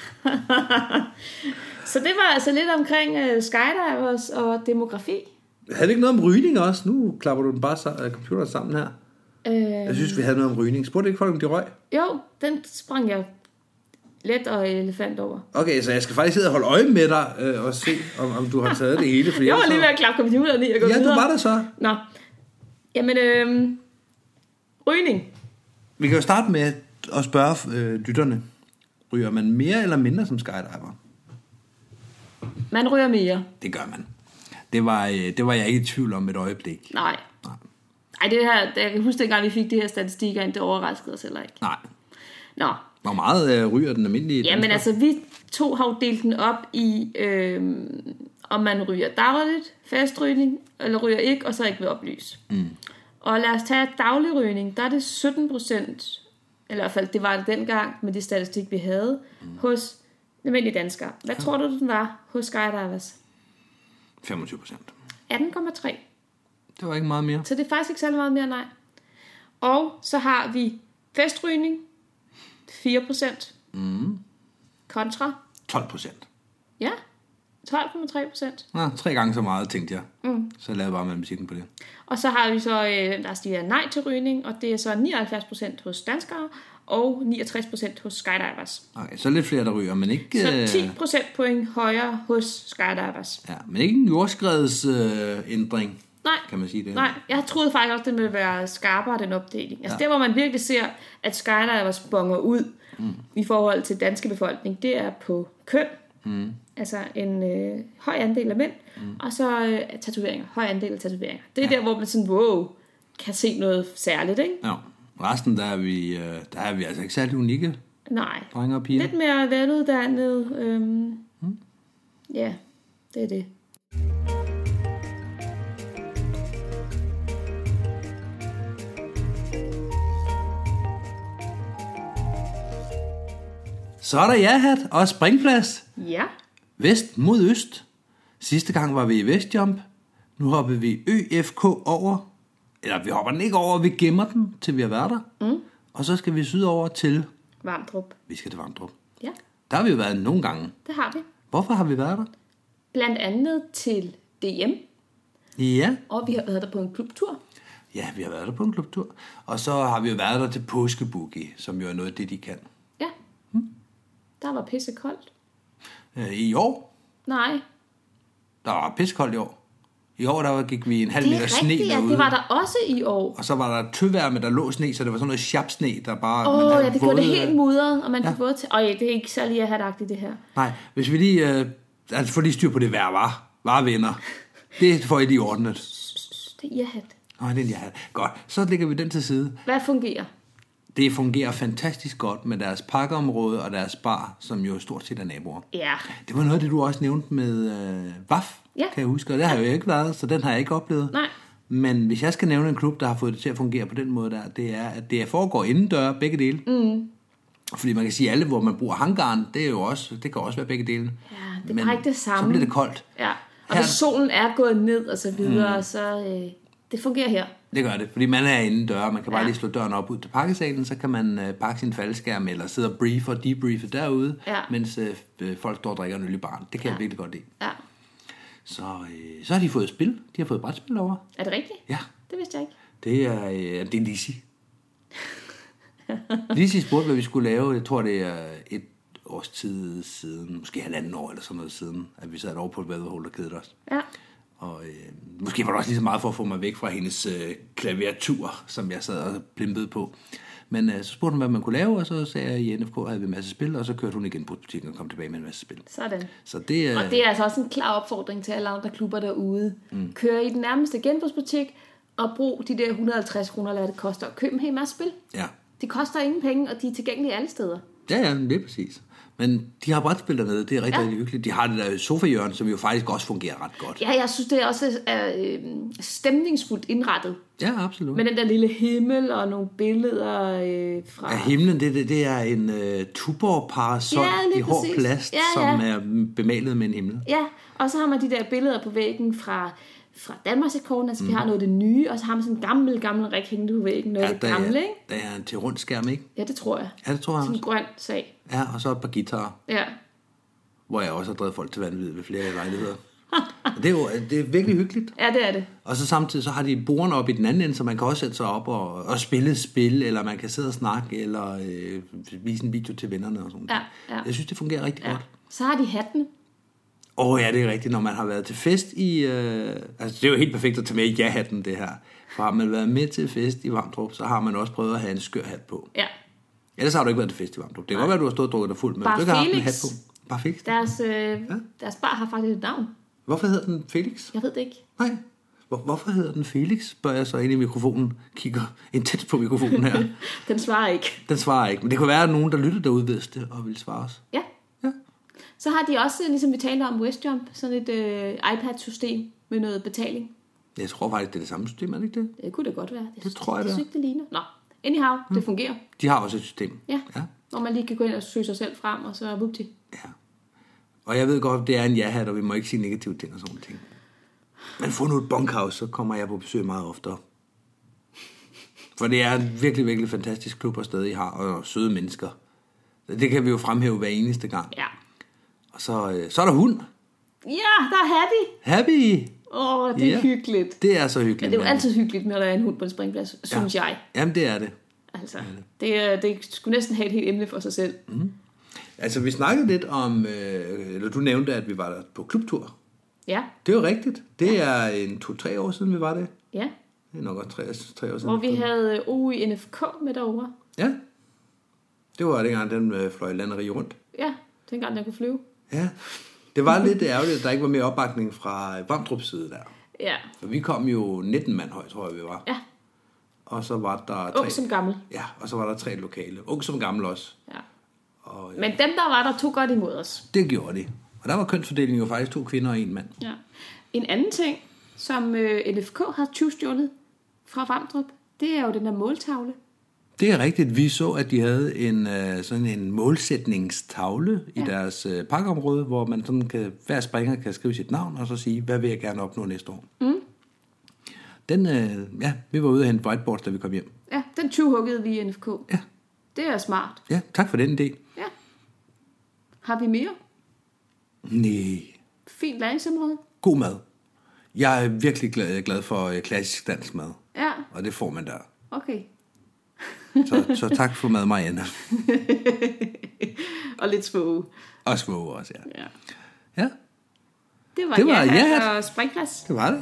Så det var altså lidt omkring uh, skydivers og demografi. Havde det ikke noget om rygning også? Nu klapper du den bare sammen, computeren sammen her. Øh... Jeg synes, vi havde noget om rygning. Spurgte ikke folk, om de røg? Jo, den sprang jeg let og elefant over. Okay, så jeg skal faktisk sidde og holde øje med dig øh, og se, om, om du har taget det hele. Jeg var lige ved at klappe computeren i og gå ja, videre. Ja, du var der så. Nå. Jamen, øh, rygning. Vi kan jo starte med at spørge øh, lytterne. Ryger man mere eller mindre som skydiver? Man ryger mere. Det gør man. Det var, øh, det var jeg ikke i tvivl om et øjeblik. Nej. Nej. Ej, det her, jeg kan huske dengang vi fik de her statistikker ind, det overraskede os heller ikke. Nej. Nå. Hvor meget øh, ryger den almindelige? Jamen altså, vi to har jo delt den op i, øh, om man ryger dagligt, fastrygning, eller ryger ikke, og så ikke vil oplyse. Mm. Og lad os tage daglig rygning, der er det sytten procent, eller i hvert fald det var det dengang med de statistik, vi havde, mm. hos almindelige danskere. Hvad ja. tror du, den var hos skydivers? femogtyve procent. atten komma tre. Det var ikke meget mere. Så det er faktisk ikke særlig meget mere, nej. Og så har vi festrygning, fire procent. Mm. Kontra? tolv procent. Ja, tolv komma tre procent. Ja, tre gange så meget, tænkte jeg. Mm. Så lavede jeg bare matematikken på det. Og så har vi så, øh, der stiger nej til rygning, og det er så nioghalvfjerds procent hos danskere, og niogtres procent hos skydivers. Okay, så lidt flere, der ryger, men ikke... Så ti procent point højere hos skydivers. Ja, men ikke en jordskredsændring, øh, nej, kan man sige det. Nej, jeg troede faktisk også, det ville være skarpere, den opdeling. Altså ja. Der, hvor man virkelig ser, at skydivers bonger ud mm. i forhold til danske befolkning, det er på køn. Mm. Altså en øh, høj andel af mænd, mm. og så øh, tatoveringer. Høj andel af tatoveringer. Det er ja. Der, hvor man sådan, wow, kan se noget særligt, ikke? Ja. Resten, der er vi, der er vi altså ikke særlig unikke. Nej. Drenge og piger. Lidt mere veluddannet. Øhm, mm. Ja, det er det. Så er der ja-hat og springplads. Ja. Vest mod øst. Sidste gang var vi i Vestjump. Nu hopper vi Ø F K over. Eller vi hopper den ikke over, vi gemmer den, til vi har været der. Mm. Og så skal vi sydover til... Vamdrup. Vi skal til Vamdrup. Ja. Der har vi jo været nogle gange. Det har vi. Hvorfor har vi været der? Blandt andet til D M. Ja. Og vi har været der på en klubtur. Ja, vi har været der på en klubtur. Og så har vi jo været der til påskeboogie, som jo er noget af det, de kan. Ja. Hmm. Der var pisse koldt. Øh, I år? Nej. Der var pisse koldt i år. I år der gik vi en halv meter sne derude. Det er rigtigt, ja, det var der også i år. Og så var der tøvejr med, der lå sne, så det var sådan noget shabsne, der bare... Åh, oh, ja, det gjorde det helt mudret, og man ja. fik våde til... Åh ja, det er ikke særlig at det her. Nej, hvis vi lige... Øh, altså, får lige styr på det vejr, var. Var venner. Det får I lige ordnet. Det er ja-hat. Nå, det er ja-hat. Godt, så lægger vi den til side. Hvad fungerer? Det fungerer fantastisk godt med deres pakkeområde og deres bar, som jo stort set er naboer. Ja. Det var noget af det, du også nævnte med øh, V A F, ja. Kan jeg huske. Og det har jeg jo ikke været, så den har jeg ikke oplevet. Nej. Men hvis jeg skal nævne en klub, der har fået det til at fungere på den måde der, det er, at det foregår indendør, begge dele. Mm. Fordi man kan sige, at alle, hvor man bruger hangaren, det, er jo også, det kan også være begge dele. Ja, det er Men bare ikke det samme. Så bliver det koldt. Ja, og her, hvis solen er gået ned og så videre, mm. så øh, det fungerer her. Det gør det, fordi man er indendør, man kan bare ja. lige slå døren op ud til pakkesalen, så kan man øh, pakke sin faldskærm eller sidde og briefe og debriefe derude, ja. mens øh, folk står og drikker en øl i baren. Det kan ja. jeg virkelig godt lide. Ja. Så, øh, så har de fået spil. De har fået brætspil over. Er det rigtigt? Ja. Det vidste jeg ikke. Det er, øh, det er Lizzie. Lizzie spurgte, hvad vi skulle lave. Jeg tror, det er et års tid siden, måske halvanden år eller sådan noget siden, at vi sad over på et væddehold og kedede os. Ja. Og øh, måske var det også lige så meget for at få mig væk fra hendes øh, klaviatur, som jeg sad og plimpede på. Men øh, så spurgte hun, hvad man kunne lave, og så sagde jeg, at i N F K havde vi en masse spil, og så kørte hun igen på butikken og kom tilbage med en masse spil. Sådan. Så det, øh... Og det er altså også en klar opfordring til alle andre klubber derude. Mm. Kør i den nærmeste genbrugsbutik, og brug de der et hundrede og halvtreds kroner, hvad det koster, og køb en hel masse spil. Ja. De koster ingen penge, og de er tilgængelige alle steder. Ja, ja, det er præcis. Men de har brætspil dernede, det er rigtig, ja. rigtig hyggeligt. De har det der sofahjørne, som jo faktisk også fungerer ret godt. Ja, jeg synes, det er også er, øh, stemningsfuldt indrettet. Ja, absolut. Med den der lille himmel og nogle billeder øh, fra... Ja, himlen, det, det, det er en øh, Tuborg-parasol ja, i hård plast, ja, ja. som er bemalet med en himmel. Ja, og så har man de der billeder på væggen fra... fra Danmarksrekorden, altså mm. vi har noget af det nye, og så har man sådan en gammel, gammel rik hængende på væggen, noget ja, af det gamle, ikke? Der er en til rund skærm, ikke? Ja, det tror jeg. Ja, det tror jeg sådan også. en grøn sag. Ja, og så et par guitarer. Ja. Hvor jeg også har drevet folk til vanvid ved flere lejligheder. det er jo det er virkelig hyggeligt. Ja, det er det. Og så samtidig så har de bordene op i den anden ende, så man kan også sætte sig op og, og spille et spil, eller man kan sidde og snakke, eller øh, vise en video til vennerne og sådan ja, ja. Jeg synes, det fungerer rigtig ja. godt. Så har de hattene. Åh oh, ja, det er rigtigt, når man har været til fest i... Øh, altså, det er jo helt perfekt at tage med i ja-hatten, det her. For har man været med til fest i Vamdrup, så har man også prøvet at have en skør hat på. Ja. Ellers har du ikke været til fest i Vamdrup. Det kan godt være, at du har stået og drukket dig fuld med. Bare du ikke Felix. har haft en hat på. Bare Felix. Deres, øh, ja? deres bar har faktisk et navn. Hvorfor hedder den Felix? Jeg ved det ikke. Nej. Hvor, hvorfor hedder den Felix? Spørger jeg så ind i mikrofonen. Kigger intens på mikrofonen her. Den svarer ikke. Den svarer ikke. Men det kunne være, at nogen, der lytter derude, vidste det og ville svare os. Ja. Ja. Så har de også, ligesom vi talte om Westjump, sådan et øh, iPad-system med noget betaling. Jeg tror faktisk, det er det samme system, er det ikke det? Det kunne det godt være. Det, det tror jeg, det er. Det det ligner. Nå, anyhow, hmm. det fungerer. De har også et system. Ja. ja, hvor man lige kan gå ind og søge sig selv frem, og så vupti. Ja. Og jeg ved godt, det er en ja-hat, og vi må ikke sige negative ting og sådan ting. Men få nu et bunkhouse, så kommer jeg på besøg meget oftere. For det er en virkelig, virkelig fantastisk klub og sted, I har, og søde mennesker. Det kan vi jo fremhæve hver eneste gang. Ja. Og så, så er der hund. Ja, der er Happy. Happy! Åh, oh, det er ja. hyggeligt. Det er så hyggeligt. Ja, det er jo altid hyggeligt, når der er en hund på en springplads, synes ja. jeg. Jamen, det er det. Altså, det, er det. det skulle næsten have et helt emne for sig selv. Mm. Altså, vi snakkede lidt om, øh, eller du nævnte, at vi var der på klubtur. Ja. Det er jo rigtigt. Det ja. er en to-tre år siden, vi var der. Ja. Det er nok også tre, tre år siden. Hvor vi havde O I N F K med derovre. Ja. Det var dengang, den øh, fløj landeri rundt. Ja, dengang den kunne flyve. Ja. Det var lidt ærgerligt, at der ikke var mere opbakning fra Vamdrups side der. Ja. For vi kom jo nitten mand højt, tror jeg, vi var. Ja. Og så var der tre... Ung som gammel. Ja, og så var der tre lokale. Ung som gammel også. Ja. Og, ja. Men dem, der var der, tog godt imod os. Det gjorde de. Og der var kønsfordelingen jo faktisk to kvinder og en mand. Ja. En anden ting, som øh, N F K har tyvstjålet fra Vamdrup, det er jo den der måltavle. Det er rigtigt. Vi så, at de havde en, øh, sådan en målsætningstavle ja. i deres øh, parkområde, hvor man sådan kan, hver springer kan skrive sit navn og så sige, hvad vil jeg gerne opnå næste år. Mm. Den, øh, ja, vi var ude og hente whiteboards, da vi kom hjem. Ja, den tyvhuggede vi i N F K. Ja. Det er smart. Ja, tak for den idé. Ja. Har vi mere? Nej. Fint læringsområde. God mad. Jeg er virkelig glad, glad for øh, klassisk dansk mad. Ja. Og det får man der. Okay. Så, så tak for mad, Marianne. Og lidt svåge. Og svåge også, ja. Ja. Ja, Det var, det var ja, ja, og springplads. det var det.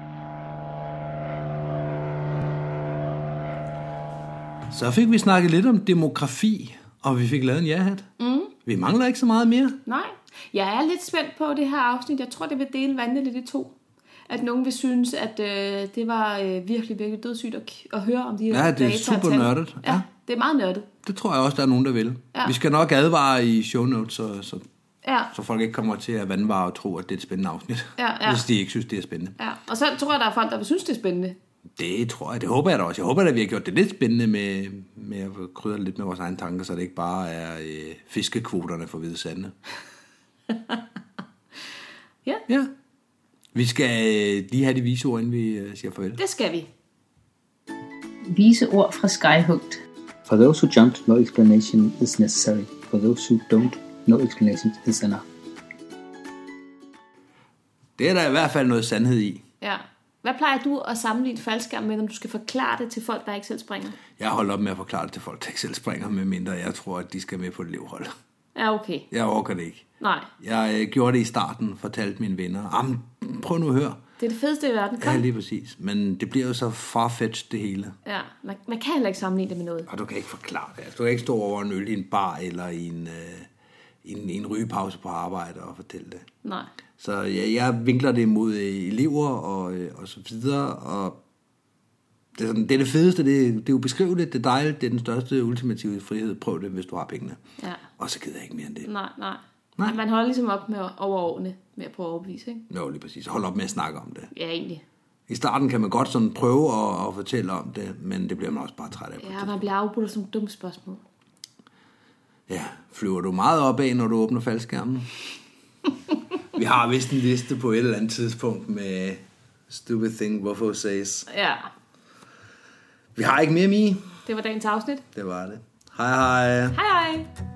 Så fik vi snakket lidt om demografi, og vi fik lavet en ja-hat. Mm. Vi mangler ikke så meget mere. Nej, jeg er lidt spændt på det her afsnit. Jeg tror, det vil dele vandene lidt i to. At nogen vil synes, at øh, det var øh, virkelig, virkelig dødssygt at, at høre om de her Ja, data. det er super nørdet. Ja, det er meget nørdet. Det tror jeg også, der er nogen, der vil. Ja. Vi skal nok advare i show notes, så, så, Ja. så folk ikke kommer til at vandvare og tro, at det er et spændende afsnit. Ja, ja. Hvis de ikke synes, det er spændende. Ja. Og så tror jeg, der er folk, der vil synes, det er spændende. Det tror jeg, det håber jeg da også. Jeg håber, at vi har gjort det lidt spændende med, med at krydre lidt med vores egne tanker, så det ikke bare er øh, fiskekvoterne for Hvide Sande. Ja, Ja. Vi skal øh, lige have de vise ord, inden vi øh, siger farvel. det skal vi. Vise ord fra Skyhugt. For those who jumped, no explanation is necessary. For those who don't, no explanation is enough. Det er der i hvert fald noget sandhed i. Ja. Hvad plejer du at sammenligne faldskærm med, når du skal forklare det til folk, der ikke selv springer? Jeg har holdt op med at forklare det til folk, der ikke selv springer, med mindre jeg tror, at de skal med på et elevhold. Ja, okay. Jeg orker det ikke. Nej, Jeg øh, gjorde det i starten, fortalte mine venner. Jamen, prøv nu at høre. det er det fedeste i verden. Kom. Ja, lige præcis. Men det bliver jo så farfetched det hele. Ja, man, man kan heller ikke sammenligne det med noget. Og du kan ikke forklare det. Altså, du kan ikke stå over en øl i en bar eller i en, øh, en, en rygepause på arbejde og fortælle det. Nej. Så ja, jeg vinkler det mod øh, elever og, øh, og så videre. Og det er, sådan, det er det fedeste. Det, det er jo beskriveligt, det er dejligt. Det er den største ultimative frihed. Prøv det, hvis du har pengene. Ja. Og så gider jeg ikke mere end det. Nej, nej. Nej. Nej. Man holder ligesom op med over årene med at prøve at overbevise, ikke? Jo, lige præcis. Hold op med at snakke om det. Ja, egentlig. I starten kan man godt sådan prøve at, at fortælle om det, men det bliver man også bare træt af. Ja, man bliver afbrudt af sådan nogle dumme spørgsmål. Ja, flyver du meget opad, når du åbner faldskærmen? Vi har vist en liste på et eller andet tidspunkt med stupid thing, hvorfor says. Ja, Vi har ikke mere, Mie. det var dagens afsnit. Det var det. Hej hej. Hej hej!